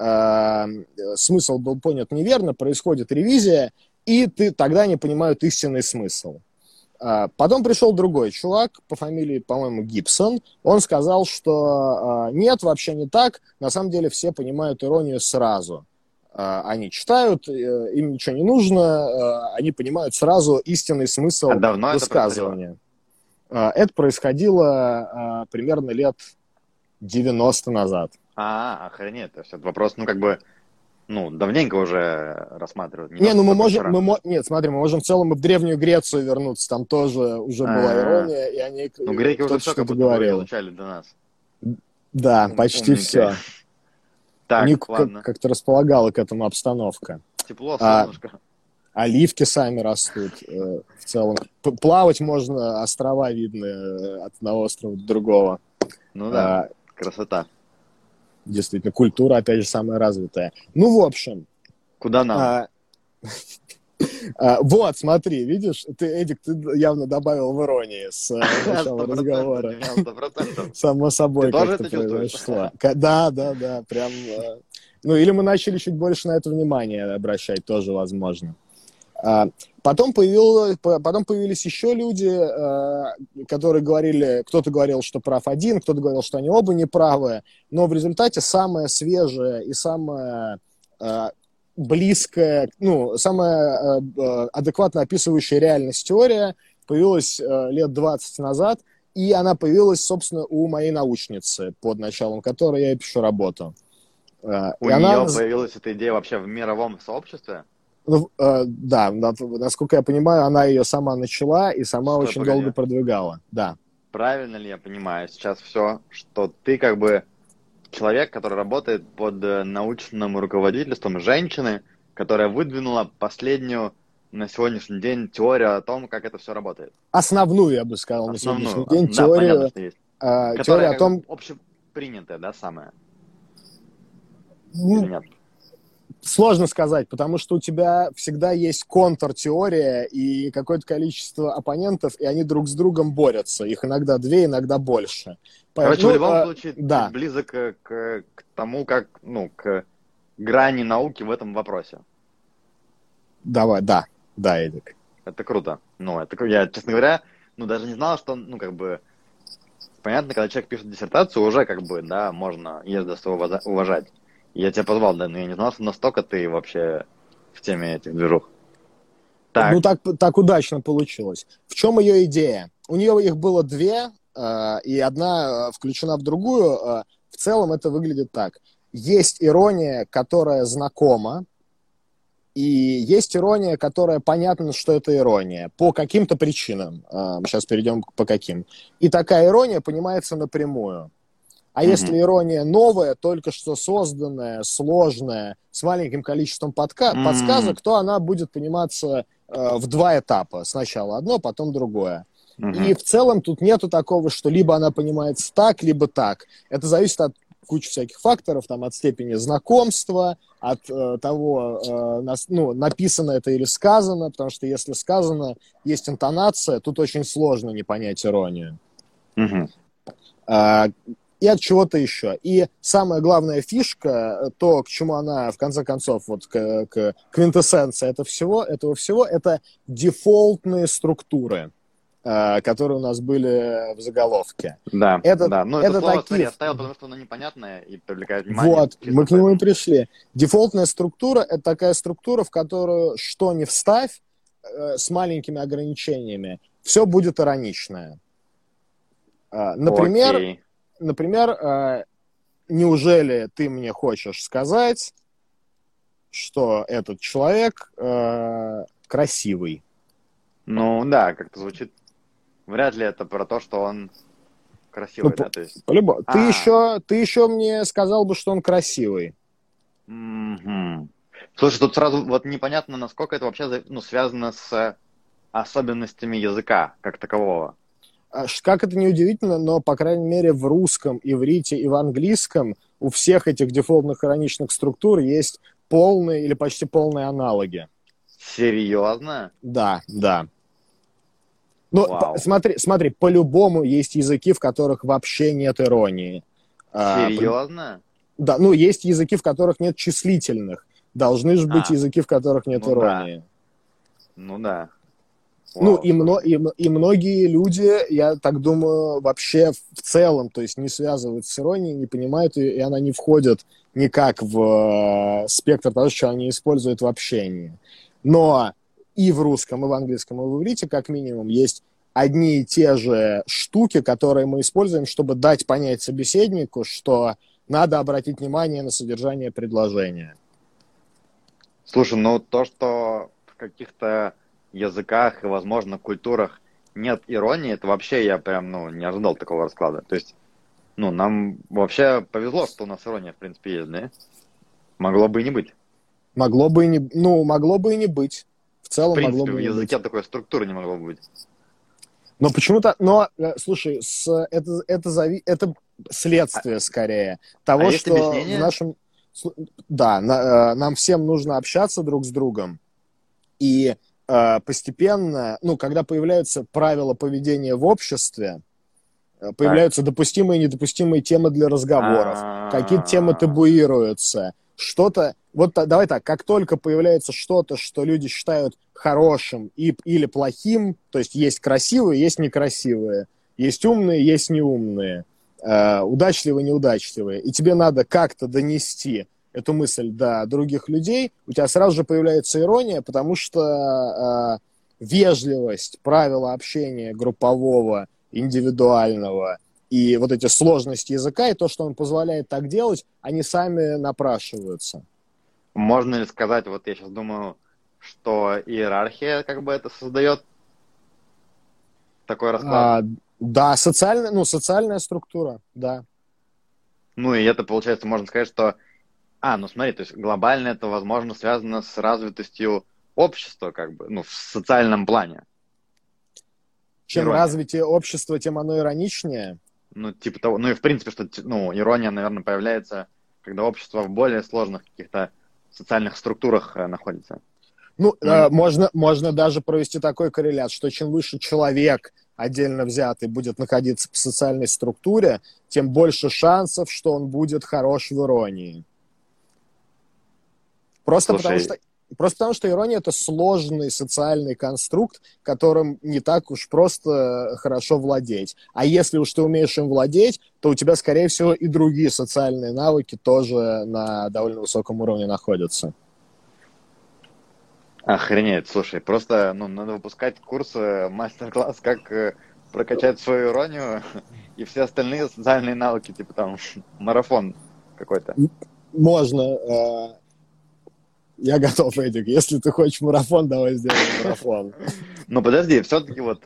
C: смысл был понят неверно, происходит ревизия, и тогда они понимают истинный смысл. Потом пришел другой чувак по фамилии, по-моему, Гибсон. Он сказал, что нет, вообще не так. На самом деле все понимают иронию сразу. Они читают, им ничего не нужно, они понимают сразу истинный смысл высказывания. Это происходило примерно лет 90 назад.
B: Охренеть, то есть это вопрос, давненько уже рассматривают.
C: Нет, смотри, мы можем в целом и в Древнюю Грецию вернуться, там тоже уже была ирония, и они...
B: греки уже все как будто бы изучали до нас.
C: Да, почти все.
B: Так,
C: у них
B: ладно.
C: как-то располагала к этому обстановка.
B: Тепло, солнышко.
C: Оливки сами растут в целом. Плавать можно, острова видны от одного острова до другого.
B: Ну да, красота.
C: Действительно, культура, опять же, самая развитая. В общем...
B: Куда нам?
C: Вот, смотри, видишь, Эдик, ты явно добавил в иронии с начала разговора.
B: 100%.
C: Само собой,
B: ты
C: как-то произошло. Да, прям... или мы начали чуть больше на это внимание обращать, тоже возможно. Потом появились еще люди, которые говорили, кто-то говорил, что прав один, кто-то говорил, что они оба неправы, но в результате самая свежая и самая близкая, самая адекватно описывающая реальность теория появилась лет 20 назад, и она появилась, собственно, у моей научницы, под началом которой я и пишу работу.
B: У нее появилась эта идея вообще в мировом сообществе?
C: Да, насколько я понимаю, она ее сама начала и сама очень долго продвигала. Да.
B: Правильно ли я понимаю сейчас все, что ты как бы человек, который работает под научным руководительством женщины, которая выдвинула последнюю на сегодняшний день теорию о том, как это все работает?
C: Основную, я бы сказал, на сегодняшний день теорию.
B: Понятно, что есть.
C: Теория о том...
B: общепринятая, да, самая?
C: Или нет? Сложно сказать, потому что у тебя всегда есть контртеория и какое-то количество оппонентов, и они друг с другом борются. Их иногда 2, иногда больше.
B: Короче, в любом случае, ты близок к тому, как, к грани науки в этом вопросе.
C: Да, Эдик.
B: Это круто. Я, честно говоря, даже не знал, что, понятно, когда человек пишет диссертацию, уже можно ездить уважать. Я тебя позвал, но я не знал, что настолько ты вообще в теме этих движух.
C: Так удачно получилось. В чем ее идея? У нее их было 2, и одна включена в другую. В целом это выглядит так. Есть ирония, которая знакома, и есть ирония, которая понятно, что это ирония, по каким-то причинам. Сейчас перейдем по каким. И такая ирония понимается напрямую. А если ирония новая, только что созданная, сложная, с маленьким количеством подсказок, то она будет пониматься в два этапа. Сначала одно, потом другое. И в целом тут нету такого, что либо она понимается так, либо так. Это зависит от кучи всяких факторов, там, от степени знакомства, от того, написано это или сказано, потому что если сказано, есть интонация, тут очень сложно не понять иронию. И от чего-то еще. И самая главная фишка, то, к чему она, в конце концов, вот к квинтэссенции этого всего, это дефолтные структуры, которые у нас были в заголовке.
B: Да, да. Ну, это слово,
C: такие...
B: я оставил, потому что оно непонятное и привлекает внимание.
C: Вот, мы к нему и пришли. Дефолтная структура — это такая структура, в которую что ни вставь, с маленькими ограничениями, все будет ироничное. Например, неужели ты мне хочешь сказать, что этот человек красивый?
B: Ну да, как-то звучит. Вряд ли это про то, что он красивый.
C: Ну,
B: да, то есть...
C: по-любому. Ты еще мне сказал бы, что он красивый.
B: Слушай, тут сразу вот непонятно, насколько это вообще связано с особенностями языка как такового.
C: Как это не удивительно, но, по крайней мере, в русском, иврите и в английском у всех этих дефолтных ироничных структур есть полные или почти полные аналоги.
B: Серьезно?
C: Да. Ну, смотри, по-любому есть языки, в которых вообще нет иронии.
B: Серьезно?
C: Да, есть языки, в которых нет числительных. Должны же быть языки, в которых нет иронии.
B: Да.
C: Ну, и многие люди, я так думаю, вообще в целом, то есть не связывают с иронией, не понимают ее, и она не входит никак в спектр того, что они используют в общении. Но и в русском, и в английском, и в иврите, как минимум, есть одни и те же штуки, которые мы используем, чтобы дать понять собеседнику, что надо обратить внимание на содержание предложения.
B: Слушай, то, что в каких-то языках и, возможно, культурах нет иронии, это вообще я прям, не ожидал такого расклада. То есть, нам вообще повезло, что у нас ирония, в принципе, есть, да? Могло бы и не быть.
C: Могло бы и не быть. В целом,
B: в принципе,
C: могло бы
B: в
C: и не быть.
B: языке такой структуры не могло бы быть.
C: Но почему-то, слушай, это следствие скорее того,
B: есть
C: что
B: объяснение?
C: в нашем... Да, нам всем нужно общаться друг с другом, и постепенно, когда появляются правила поведения в обществе, появляются допустимые и недопустимые темы для разговоров, какие-то темы табуируются, что-то... Вот давай так, как только появляется что-то, что люди считают хорошим или плохим, то есть красивые, есть некрасивые, есть умные, есть неумные, удачливые, неудачливые, и тебе надо как-то донести эту мысль до других людей, у тебя сразу же появляется ирония, потому что вежливость, правила общения группового, индивидуального и вот эти сложности языка, и то, что он позволяет так делать, они сами напрашиваются.
B: Можно ли сказать, вот я сейчас думаю, что иерархия как бы это создает такой расклад?
C: Да, социальная структура, да.
B: И это, получается, можно сказать, что... смотри, то есть глобально это, возможно, связано с развитостью общества, как бы, в социальном плане.
C: Чем развитие общества, тем оно ироничнее.
B: Типа того. И в принципе, что, ирония, наверное, появляется, когда общество в более сложных каких-то социальных структурах находится.
C: Можно даже провести такой коррелят, что чем выше человек отдельно взятый будет находиться по социальной структуре, тем больше шансов, что он будет хорош в иронии. Просто потому что ирония — это сложный социальный конструкт, которым не так уж просто хорошо владеть. А если уж ты умеешь им владеть, то у тебя, скорее всего, и другие социальные навыки тоже на довольно высоком уровне находятся.
B: Охренеть, слушай, просто надо выпускать курсы, мастер-класс, как прокачать свою иронию и все остальные социальные навыки, типа там марафон какой-то.
C: Можно. Я готов, Эдик. Если ты хочешь марафон, давай сделаем марафон.
B: Но подожди, все-таки вот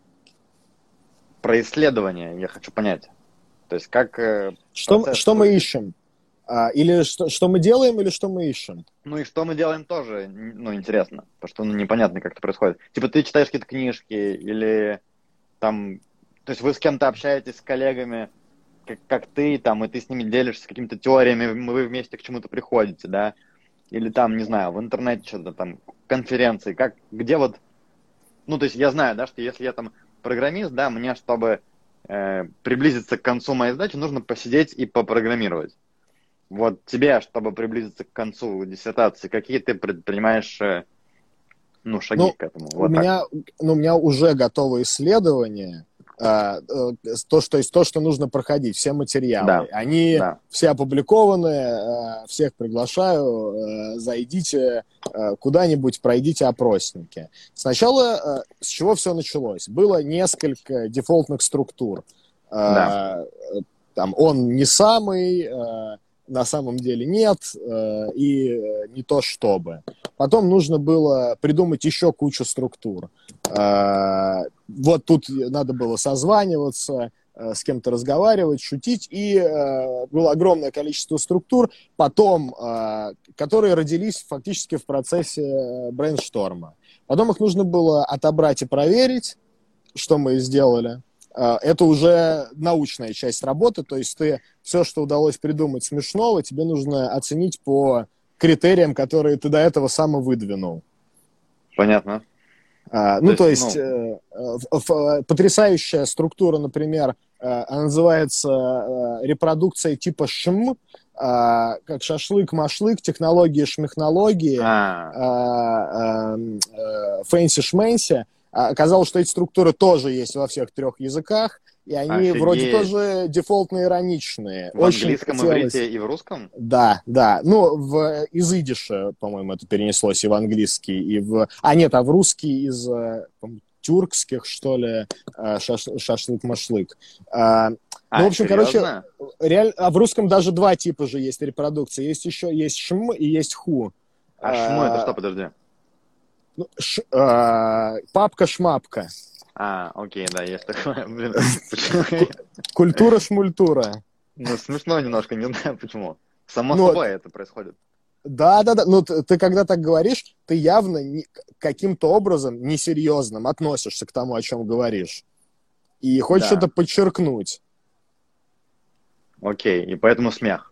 B: про исследование я хочу понять. То есть как...
C: Что мы ищем? Или что мы делаем, или что мы ищем?
B: Ну и что мы делаем тоже, ну, интересно. Потому что непонятно, как это происходит. Типа ты читаешь какие-то книжки или там... То есть вы с кем-то общаетесь, с коллегами, как ты, там, и ты с ними делишься какими-то теориями, вы вместе к чему-то приходите, да? Или там, не знаю, в интернете что-то там, конференции, где вот... Ну, то есть я знаю, да, что если я там программист, да, мне, чтобы приблизиться к концу моей задачи, нужно посидеть и попрограммировать. Вот тебе, чтобы приблизиться к концу диссертации, какие ты предпринимаешь шаги к этому?
C: У меня уже готово исследование, то, что нужно проходить, все материалы.
B: Да,
C: они все опубликованы, всех приглашаю, зайдите куда-нибудь, пройдите опросники. Сначала с чего все началось? Было несколько дефолтных структур.
B: Да.
C: Там он не самый... на самом деле нет, и не то чтобы. Потом нужно было придумать еще кучу структур. Вот тут надо было созваниваться, с кем-то разговаривать, шутить, и было огромное количество структур, потом, которые родились фактически в процессе брейншторма. Потом их нужно было отобрать и проверить, что мы и сделали. Это уже научная часть работы, то есть ты все, что удалось придумать смешного, тебе нужно оценить по критериям, которые ты до этого сам и выдвинул.
B: Понятно.
C: То есть потрясающая структура, например, она называется репродукция типа ШМ, как шашлык-машлык, технологии шмехнологии, фэнси-шмэнси. Оказалось, что эти структуры тоже есть во всех 3 языках, и они вроде тоже дефолтно-ироничные.
B: В английском, иврите и в русском?
C: Да. Из идиша, по-моему, это перенеслось и в английский, и в... в русский из тюркских, что ли, шашлык-машлык. В общем,
B: серьезно?
C: в русском даже 2 типа же есть репродукции. Есть шм и есть ху.
B: Шму это что, подожди?
C: Папка-шмапка.
B: Окей, да, есть такое. Блин,
C: Культура-шмультура.
B: Смешно немножко, не знаю почему. Само собой это происходит.
C: Да. Ты когда так говоришь, ты явно каким-то образом несерьезным относишься к тому, о чем говоришь. И хочешь что-то подчеркнуть.
B: Окей, и поэтому смех.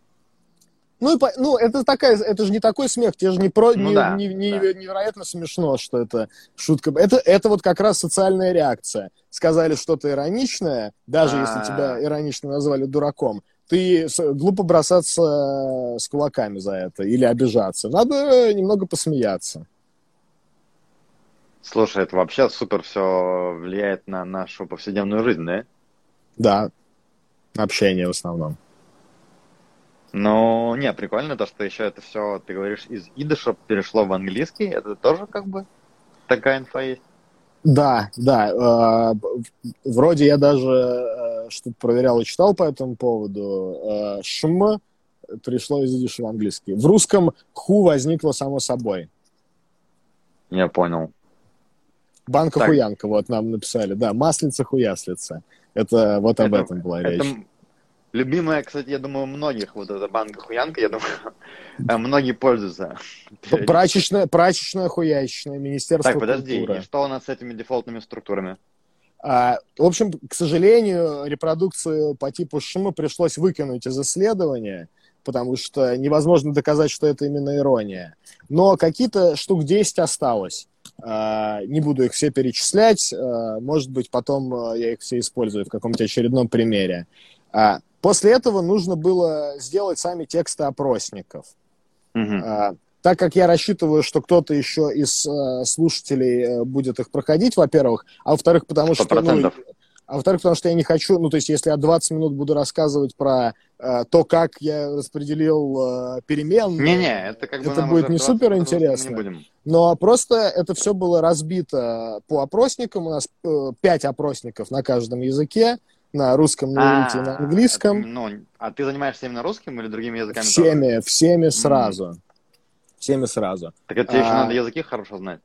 C: Это же не такой смех, тебе же невероятно смешно, что это шутка. Это вот как раз социальная реакция. Сказали что-то ироничное, даже если тебя иронично назвали дураком, ты глупо бросаться с кулаками за это или обижаться. Надо немного посмеяться.
B: Слушай, это вообще супер все влияет на нашу повседневную жизнь, да?
C: Да, общение в основном.
B: Ну, прикольно то, что еще это все, ты говоришь, из идыша перешло в английский. Это тоже как бы такая инфа есть?
C: Да. Вроде я даже что-то проверял и читал по этому поводу. Шм перешло из идыша в английский. В русском ху возникло само собой.
B: Я понял.
C: Банка-хуянка, вот нам написали. Да, маслица-хуяслица. Это вот об этом была речь.
B: Любимая, кстати, я думаю, многих, вот эта банка-хуянка, я думаю, многие пользуются.
C: Прачечная хуячечная, Министерство культуры.
B: Так, подожди, и что у нас с этими дефолтными структурами?
C: В общем, к сожалению, репродукцию по типу ШМ пришлось выкинуть из исследования, потому что невозможно доказать, что это именно ирония. Но какие-то штук 10 осталось. Не буду их все перечислять, может быть, потом я их все использую в каком-то очередном примере. После этого нужно было сделать сами тексты опросников. Так как я рассчитываю, что кто-то еще из слушателей будет их проходить, во-первых, а во-вторых, потому 100%. Что а во-вторых, потому что я не хочу, ну, то есть, если я 20 минут буду рассказывать про то, как я распределил переменные,
B: Не-не, это как бы
C: это
B: нам
C: будет
B: уже
C: не
B: вдаваться
C: супер
B: в это русло мы не
C: интересно,
B: будем.
C: но просто это все было разбито по опросникам, у нас 5 опросников на каждом языке, на русском, на иврите и на английском,
B: Ну, а ты занимаешься именно русским или другими языками тоже?
C: всеми
B: М.
C: сразу, всеми сразу.
B: Так это тебе еще надо языки хорошо знать.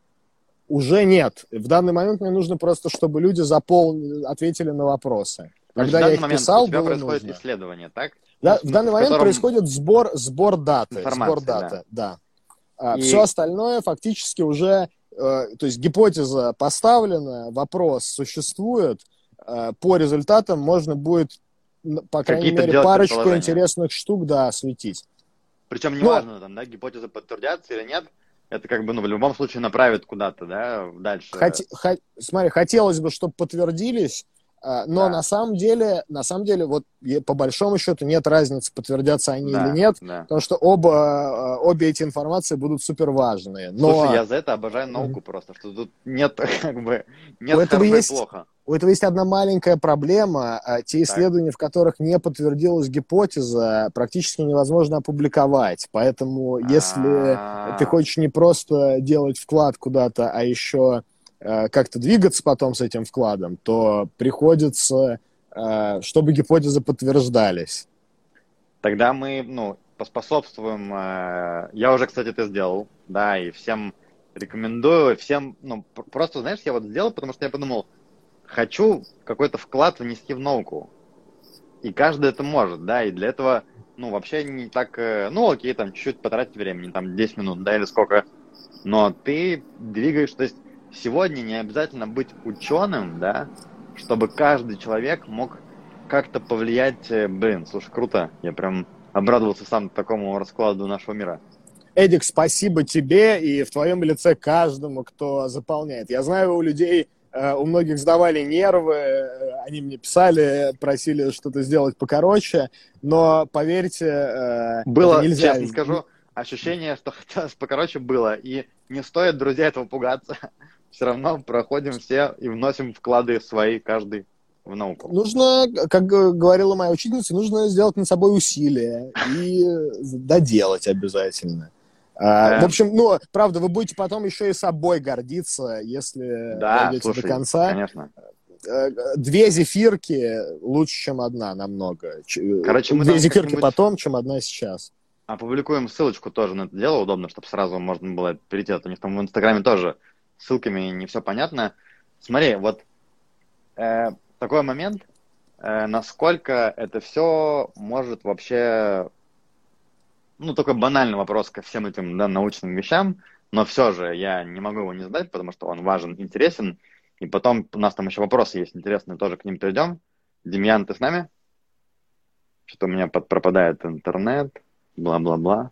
C: Уже нет. В данный момент мне нужно просто, чтобы люди ответили на вопросы.
B: Значит,
C: Когда
B: в
C: я
B: данный
C: их
B: момент у
C: писал,
B: тебя
C: было
B: происходит
C: нужно.
B: исследование, так?
C: Да,
B: Ну,
C: в данный
B: в
C: момент
B: котором
C: происходит сбор даты.
B: информация, да.
C: Все
B: И
C: остальное фактически уже, то есть гипотеза поставлена, вопрос существует, по результатам можно будет, по крайней
B: какие-то
C: мере,
B: делать
C: парочку
B: предположения.
C: интересных штук, да, осветить.
B: Причем
C: Но
B: неважно, там, да, гипотезы подтвердятся или нет, это как бы, ну, в любом случае направит куда-то, да, дальше.
C: Смотри, хотелось бы, чтобы подтвердились, но
B: Да,
C: на самом деле, вот по большому счету нет разницы, подтвердятся они или
B: да,
C: нет,
B: да.
C: потому что обе эти информации будут супер важные.
B: Слушай,
C: Но
B: я за это обожаю науку просто, что тут нет, как бы,
C: у
B: нет
C: этого
B: хорошо и
C: есть
B: плохо.
C: у этого есть одна маленькая проблема. Те
B: Так.
C: исследования, в которых не подтвердилась гипотеза, практически невозможно опубликовать. Поэтому, если ты
B: А,
C: хочешь не просто делать вклад куда-то, а еще как-то двигаться потом с этим вкладом, то приходится, чтобы гипотезы подтверждались.
B: Тогда мы, ну, поспособствуем. Я уже, кстати, это сделал, да, и всем рекомендую, всем, ну, просто, знаешь, я вот сделал, потому что я подумал, хочу какой-то вклад внести в науку. И каждый это может, да, и для этого, ну, вообще не так, ну, окей, там, чуть-чуть потратить времени, там, 10 минут, да, или сколько, но ты двигаешь, то есть сегодня не обязательно быть ученым, да, чтобы каждый человек мог как-то повлиять, блин, слушай, круто, я прям обрадовался сам такому раскладу нашего мира.
C: Эдик, спасибо тебе и в твоем лице каждому, кто заполняет. Я знаю, у людей, у многих сдавали нервы, они мне писали, просили что-то сделать покороче, но поверьте, это
B: Было,
C: нельзя.
B: честно скажу, ощущение, что хотелось покороче было, и не стоит, друзья, этого пугаться. Все равно проходим все и вносим вклады свои, каждый в науку.
C: Нужно, как говорила моя учительница, нужно сделать над собой усилия и доделать обязательно. В общем, ну, правда, вы будете потом еще и собой гордиться, если
B: Да,
C: дойдете до
B: слушай,
C: конца.
B: конечно.
C: 2 зефирки лучше, чем одна, намного.
B: Короче, мы
C: 2
B: там
C: зефирки
B: как-нибудь
C: потом, чем одна сейчас.
B: опубликуем ссылочку тоже на это дело, удобно, чтобы сразу можно было перейти. У них там в Инстаграме тоже ссылками не все понятно. Смотри, вот такой момент, насколько это все может вообще, ну, такой банальный вопрос ко всем этим, да, научным вещам, но все же я не могу его не задать, потому что он важен, интересен, и потом у нас там еще вопросы есть интересные, тоже к ним перейдем. Демьян, ты с нами? Что-то у меня пропадает интернет, бла-бла-бла.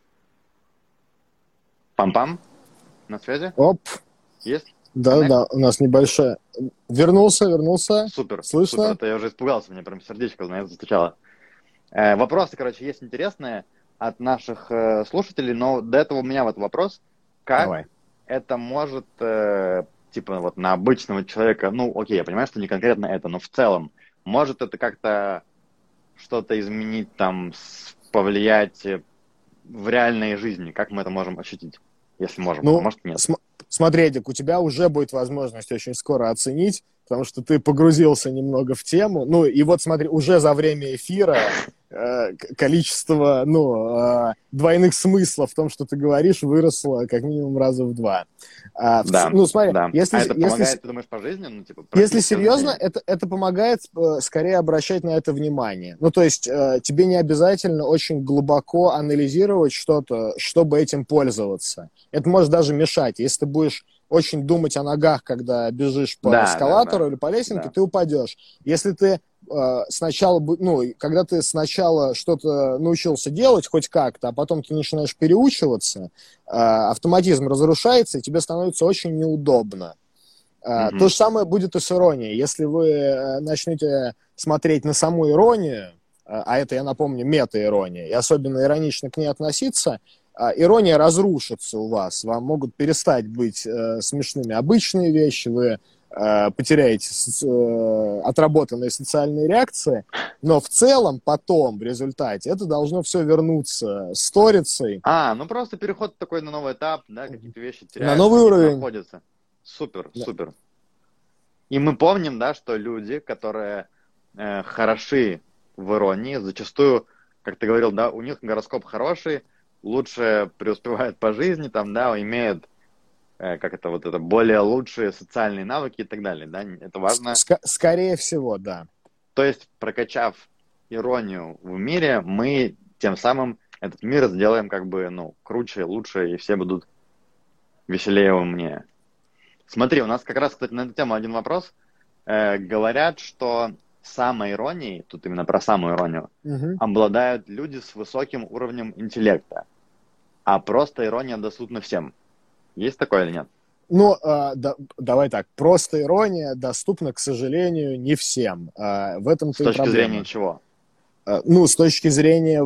B: Пам-пам, на связи?
C: Оп,
B: Есть?
C: да, у нас небольшая. Вернулся.
B: Супер,
C: Слышно?
B: супер, это я уже испугался, мне прям сердечко, знаешь, застучало. Вопросы, короче, есть интересные от наших слушателей, но до этого у меня вот вопрос, как
C: Давай.
B: это может, типа, вот на обычного человека, ну, окей, я понимаю, что не конкретно это, но в целом, может это как-то что-то изменить, там, повлиять в реальной жизни, как мы это можем ощутить, если можем, а может нет.
C: Смотри, Эдик, у тебя уже будет возможность очень скоро оценить, потому что ты погрузился немного в тему. Ну, и вот смотри, уже за время эфира количество, двойных смыслов в том, что ты говоришь, выросло как минимум раза в 2.
B: Да,
C: ну, смотри,
B: да.
C: если,
B: это помогает, ты думаешь, по жизни? Ну, типа,
C: если серьезно, это помогает скорее обращать на это внимание. Ну, то есть тебе не обязательно очень глубоко анализировать что-то, чтобы этим пользоваться. Это может даже мешать. Если ты будешь очень думать о ногах, когда бежишь по эскалатору или по лесенке, ты упадешь. Если ты сначала, когда ты сначала что-то научился делать хоть как-то, а потом ты начинаешь переучиваться, автоматизм разрушается, и тебе становится очень неудобно. То же самое будет и с иронией. Если вы начнете смотреть на саму иронию, а это, я напомню, мета-ирония, и особенно иронично к ней относиться, ирония разрушится у вас. Вам могут перестать быть смешными обычные вещи, вы потеряете отработанные социальные реакции, но в целом потом, в результате, это должно все вернуться сторицей.
B: Ну просто переход такой на новый этап, да, какие-то вещи
C: На
B: теряются,
C: новый
B: какие-то
C: уровень.
B: находятся. Супер,
C: Да.
B: супер. И мы помним, да, что люди, которые хороши в иронии, зачастую, как ты говорил, да, у них гороскоп хороший, лучше преуспевают по жизни, там, да, имеют это более лучшие социальные навыки и так далее, да, это важно.
C: Скорее всего, да.
B: То есть, прокачав иронию в мире, мы тем самым этот мир сделаем как бы, круче, лучше, и все будут веселее и умнее. Смотри, у нас как раз, кстати, на эту тему один вопрос. Говорят, что самоиронией, тут именно про самую иронию, обладают люди с высоким уровнем интеллекта, а просто ирония доступна всем. Есть такое или нет?
C: Давай так. Просто ирония доступна, к сожалению, не всем. В этом
B: с точки зрения чего?
C: С точки зрения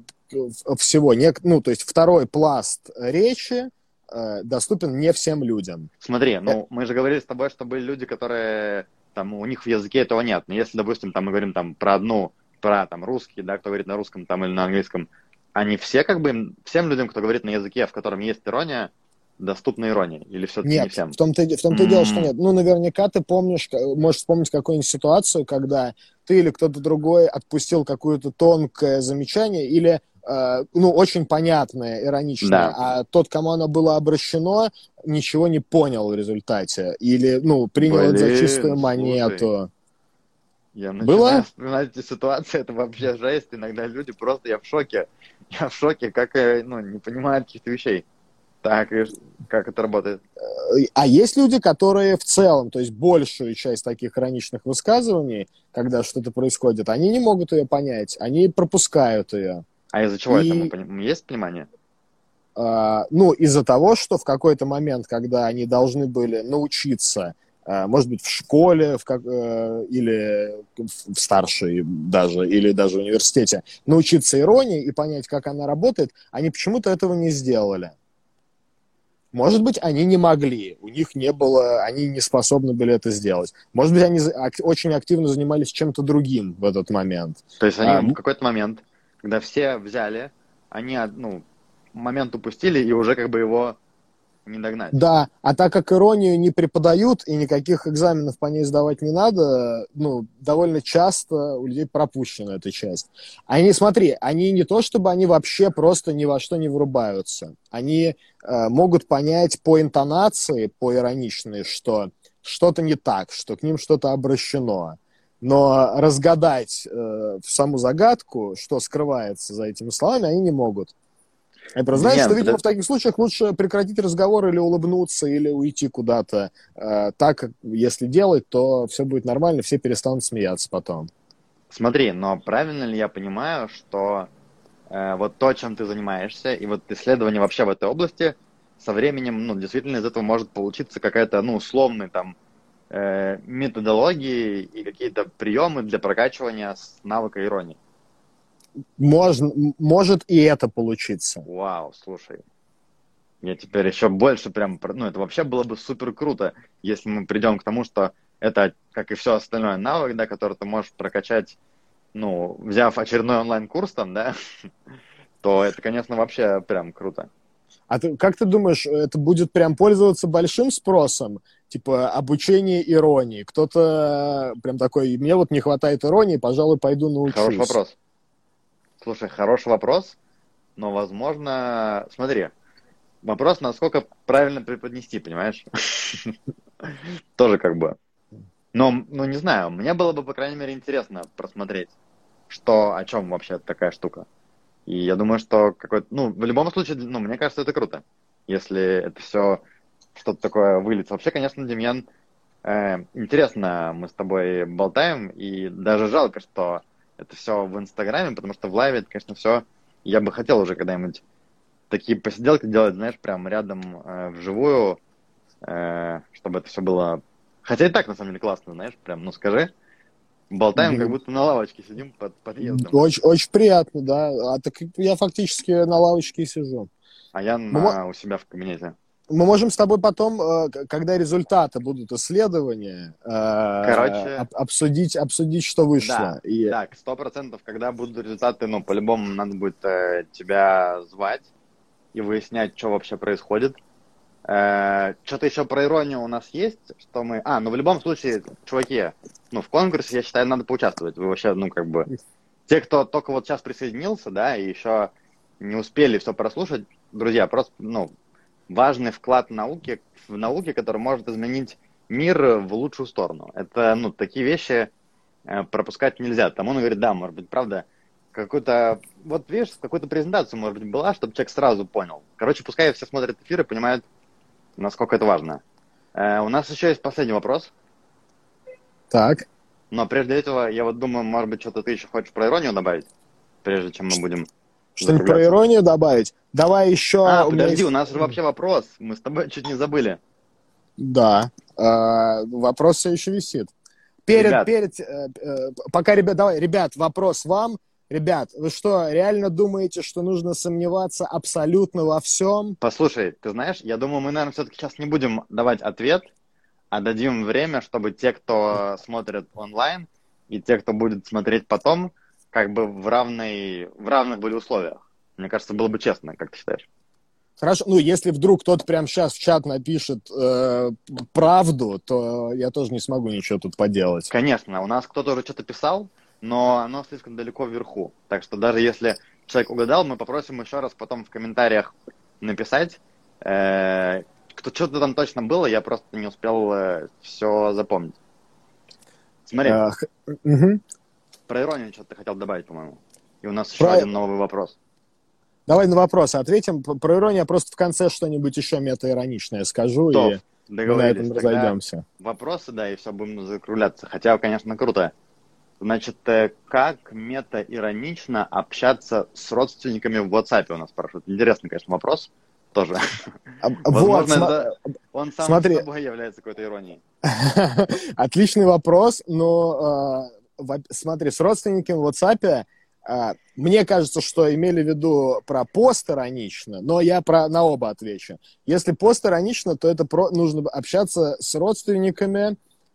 C: всего. То есть второй пласт речи доступен не всем людям.
B: Смотри, мы же говорили с тобой, что были люди, которые там у них в языке этого нет. Но если, допустим, там мы говорим там про русский, да, кто говорит на русском там или на английском, они все всем людям, кто говорит на языке, в котором есть ирония, доступна ирония? Или все-таки
C: нет,
B: не всем?
C: в том-то и дело, что нет. Наверняка ты можешь вспомнить какую-нибудь ситуацию, когда ты или кто-то другой отпустил какое-то тонкое замечание или очень понятное, ироничное,
B: да.
C: А тот, кому оно было обращено, ничего не понял в результате. Или, принял это за чистую монету.
B: Слушай, я начинаю вспоминать эти ситуации, это вообще жесть. Иногда люди просто, я в шоке. Как, не понимают каких-то вещей. Так, и как это работает?
C: А есть люди, которые в целом, то есть большую часть таких ироничных высказываний, когда что-то происходит, они не могут ее понять, они пропускают ее.
B: А из-за чего это? Есть понимание?
C: Из-за того, что в какой-то момент, когда они должны были научиться, может быть, в школе или в старшей даже, или даже в университете, научиться иронии и понять, как она работает, они почему-то этого не сделали. Может быть, они не могли, у них не было, они не способны были это сделать. Может быть, они очень активно занимались чем-то другим в этот момент.
B: То есть они в какой-то момент, когда все взяли, они, момент упустили и уже как бы его не догнать.
C: Да, а так как иронию не преподают и никаких экзаменов по ней сдавать не надо, довольно часто у людей пропущена эта часть. Они не то чтобы они вообще просто ни во что не врубаются. Они могут понять по интонации, по ироничной, что что-то не так, что к ним что-то обращено. Но разгадать саму загадку, что скрывается за этими словами, они не могут. Я просто знаю, что, видимо, в таких случаях лучше прекратить разговор или улыбнуться, или уйти куда-то. Так, если делать, то все будет нормально, все перестанут смеяться потом.
B: Смотри, но правильно ли я понимаю, что вот то, чем ты занимаешься, и вот исследование вообще в этой области, со временем, действительно из этого может получиться какая-то, условная там методологии и какие-то приемы для прокачивания навыка иронии?
C: Может и это получиться.
B: Вау, слушай. Я теперь еще больше это вообще было бы супер круто, если мы придем к тому, что это, как и все остальное, навык, да, который ты можешь прокачать, взяв очередной онлайн-курс там, да, то это, конечно, вообще прям круто.
C: А как ты думаешь, это будет прям пользоваться большим спросом? Типа обучение иронии. Кто-то прям такой, мне вот не хватает иронии, пожалуй, пойду научусь.
B: Хороший вопрос. Слушай, хороший вопрос, но, возможно, смотри, вопрос, насколько правильно преподнести, понимаешь? Тоже как бы. Но, не знаю, мне было бы, по крайней мере, интересно просмотреть, о чем вообще такая штука. И я думаю, что в любом случае, мне кажется, это круто, если это все что-то такое выльется. Вообще, конечно, Демьян, интересно, мы с тобой болтаем, и даже жалко, что это все в Инстаграме, потому что в лайве это, конечно, все... Я бы хотел уже когда-нибудь такие посиделки делать, знаешь, прям рядом вживую, чтобы это все было... Хотя и так, на самом деле, классно, знаешь, прям, скажи, болтаем, как будто на лавочке сидим под подъездом.
C: Очень, очень приятно, да. А так я фактически на лавочке и сижу.
B: А я у себя в кабинете.
C: Мы можем с тобой потом, когда результаты будут исследования,
B: Короче,
C: обсудить, что вышло.
B: да, да, 100%, когда будут результаты, ну, по-любому надо будет тебя звать и выяснять, что вообще происходит. Что-то еще про иронию у нас есть, что мы... ну, в любом случае, чуваки, ну, в конкурсе, я считаю, надо поучаствовать. Вы вообще, ну, как бы... Те, кто только вот сейчас присоединился, да, и еще не успели все прослушать, друзья, просто, ну, важный вклад в науке, который может изменить мир в лучшую сторону. Это, ну, такие вещи пропускать нельзя. Там он говорит, да, может быть, правда, какую-то, вот видишь, какую-то презентацию, может быть, была, чтобы человек сразу понял. Короче, пускай все смотрят эфир и понимают, насколько это важно. У нас еще есть последний вопрос.
C: Так.
B: Но прежде этого, я вот думаю, может быть, что-то ты еще хочешь про иронию добавить, прежде чем мы будем
C: что-нибудь про иронию добавить? Давай еще...
B: подожди, у нас же вообще вопрос. Мы с тобой чуть не забыли.
C: Да. Вопрос все еще висит. Пока, ребят, вопрос вам. Ребят, вы что, реально думаете, что нужно сомневаться абсолютно во всем?
B: Послушай, ты знаешь, я думаю, мы, наверное, все-таки сейчас не будем давать ответ, а дадим время, чтобы те, кто смотрит онлайн, и те, кто будет смотреть потом, как бы в равных были условиях. Мне кажется, было бы честно, как ты считаешь?
C: Хорошо, ну, если вдруг кто-то прямо сейчас в чат напишет правду, то я тоже не смогу ничего тут поделать.
B: Конечно, у нас кто-то уже что-то писал, но оно слишком далеко вверху. Так что даже если человек угадал, мы попросим еще раз потом в комментариях написать, что-то там точно было, я просто не успел все запомнить. Смотри, про иронию что-то ты хотел добавить, по-моему. И у нас еще один новый вопрос.
C: Давай на вопросы ответим. Про иронию я просто в конце что-нибудь еще мета-ироничное скажу, и мы на этом разойдемся.
B: Вопросы, да, и все, будем закругляться. Хотя, конечно, круто. Значит, как мета-иронично общаться с родственниками в WhatsApp, у нас спрашивают. Интересный, конечно, вопрос тоже. Возможно, он сам собой является какой-то иронией.
C: Отличный вопрос, но смотри, с родственниками в WhatsApp мне кажется, что имели в виду про постиронично, но я на оба отвечу. Если постиронично, то это нужно общаться с родственниками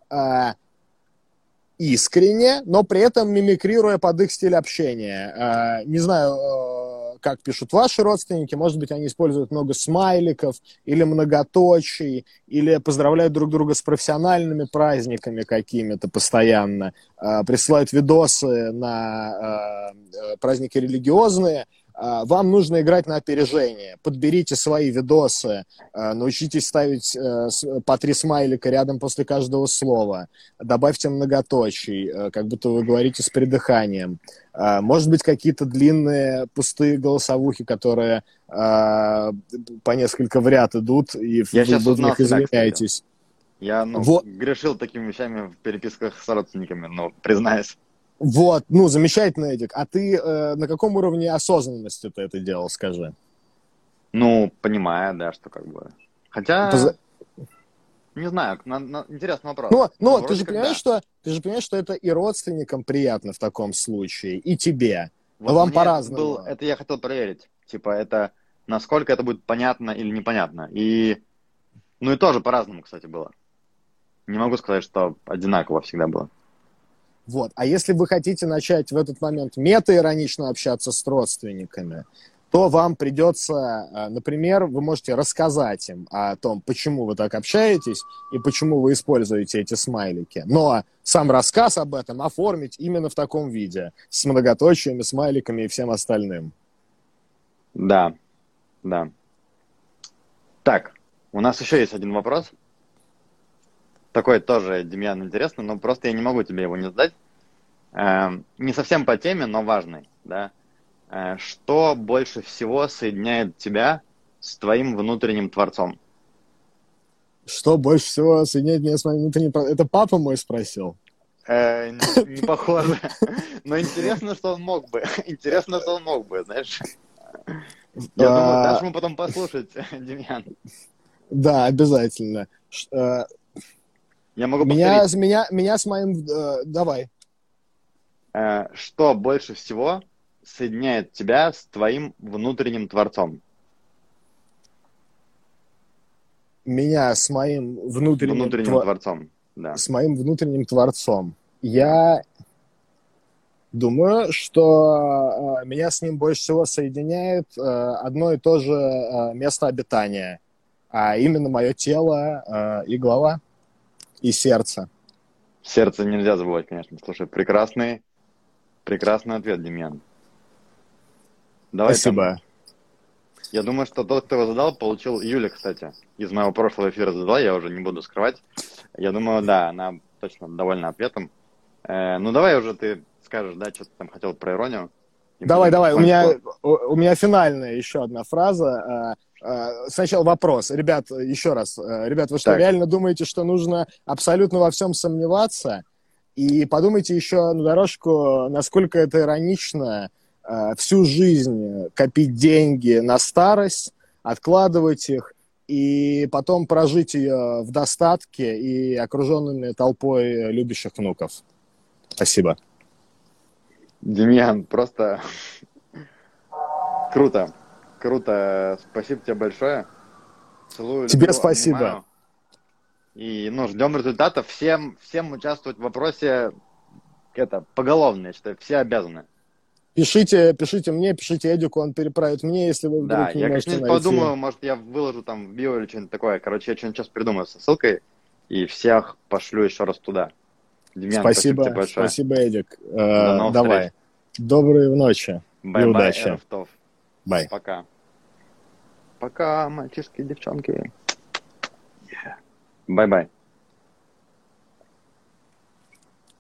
C: искренне, но при этом мимикрируя под их стиль общения. Не знаю, как пишут ваши родственники, может быть, они используют много смайликов или многоточий, или поздравляют друг друга с профессиональными праздниками какими-то постоянно, присылают видосы на праздники религиозные. Вам нужно играть на опережение. Подберите свои видосы, научитесь ставить по 3 смайлика рядом после каждого слова, добавьте многоточий, как будто вы говорите с придыханием. Может быть, какие-то длинные пустые голосовухи, которые по несколько в ряд идут, и вы в них извиняетесь.
B: Я грешил такими вещами в переписках с родственниками, признаюсь.
C: Вот, замечательно, Эдик. А ты на каком уровне осознанности ты это делал, скажи?
B: Понимаю, да, что как бы... Хотя, не знаю, интересный вопрос.
C: Ты же понимаешь, что это и родственникам приятно в таком случае, и тебе. Но вам по-разному.
B: Это я хотел проверить. Типа, это насколько это будет понятно или непонятно. И тоже по-разному, кстати, было. Не могу сказать, что одинаково всегда было.
C: Вот. А если вы хотите начать в этот момент мета-иронично общаться с родственниками, то вам придется, например, вы можете рассказать им о том, почему вы так общаетесь и почему вы используете эти смайлики. Но сам рассказ об этом оформить именно в таком виде, с многоточиями, смайликами и всем остальным.
B: Да. Так, у нас еще есть один вопрос. Такой тоже, Демьян, интересный, но просто я не могу тебе его не задать. Не совсем по теме, но важный, да. Что больше всего соединяет тебя с твоим внутренним творцом?
C: Что больше всего соединяет меня с моим внутренним творцом? Это папа мой спросил?
B: Не похоже. Но интересно, что он мог бы. Знаешь. Я думаю, дашь ему потом послушать, Демьян.
C: Да, обязательно.
B: Я могу повторить.
C: Меня с моим... Давай.
B: Что больше всего соединяет тебя с твоим внутренним творцом?
C: меня с моим внутренним
B: творцом. Да.
C: с моим внутренним творцом. Я думаю, что меня с ним больше всего соединяет одно и то же место обитания, а именно мое тело и голова, и сердце.
B: Сердце нельзя забывать, конечно. Слушай, прекрасный ответ, Демьян. Давай
C: Спасибо.
B: Там. Я думаю, что тот, кто его задал, получил Юля, кстати. Из моего прошлого эфира задала, я уже не буду скрывать. Я думаю, да, она точно довольна ответом. Ну, давай уже ты скажешь, да, что ты там хотел про иронию.
C: Давай. У меня финальная еще одна фраза. Сначала вопрос. Ребят, еще раз. Ребят, вы что,
B: Так.
C: реально думаете, что нужно абсолютно во всем сомневаться? И подумайте еще на дорожку, насколько это иронично всю жизнь копить деньги на старость, откладывать их, и потом прожить ее в достатке и окруженными толпой любящих внуков. Спасибо.
B: Демьян, просто круто. Спасибо тебе большое. Целую.
C: Тебе
B: люблю,
C: спасибо.
B: обнимаю. И, ждем результатов. Всем участвовать в вопросе поголовно, я считаю, все обязаны.
C: Пишите мне, пишите Эдику, он переправит мне, если вы вдруг не
B: я
C: можете
B: как-нибудь
C: найти.
B: подумаю, может, я выложу там в био или что-нибудь такое. Короче, я что-нибудь сейчас придумаю со ссылкой и всех пошлю еще раз туда. Демьян, спасибо тебе большое.
C: Спасибо, Эдик.
B: До новых
C: давай.
B: встреч.
C: Доброй ночи.
B: Бай-бай,
C: и удачи.
B: Эрофтов.
C: Бай.
B: Пока. Пока, мальчишки и девчонки. Бай-бай.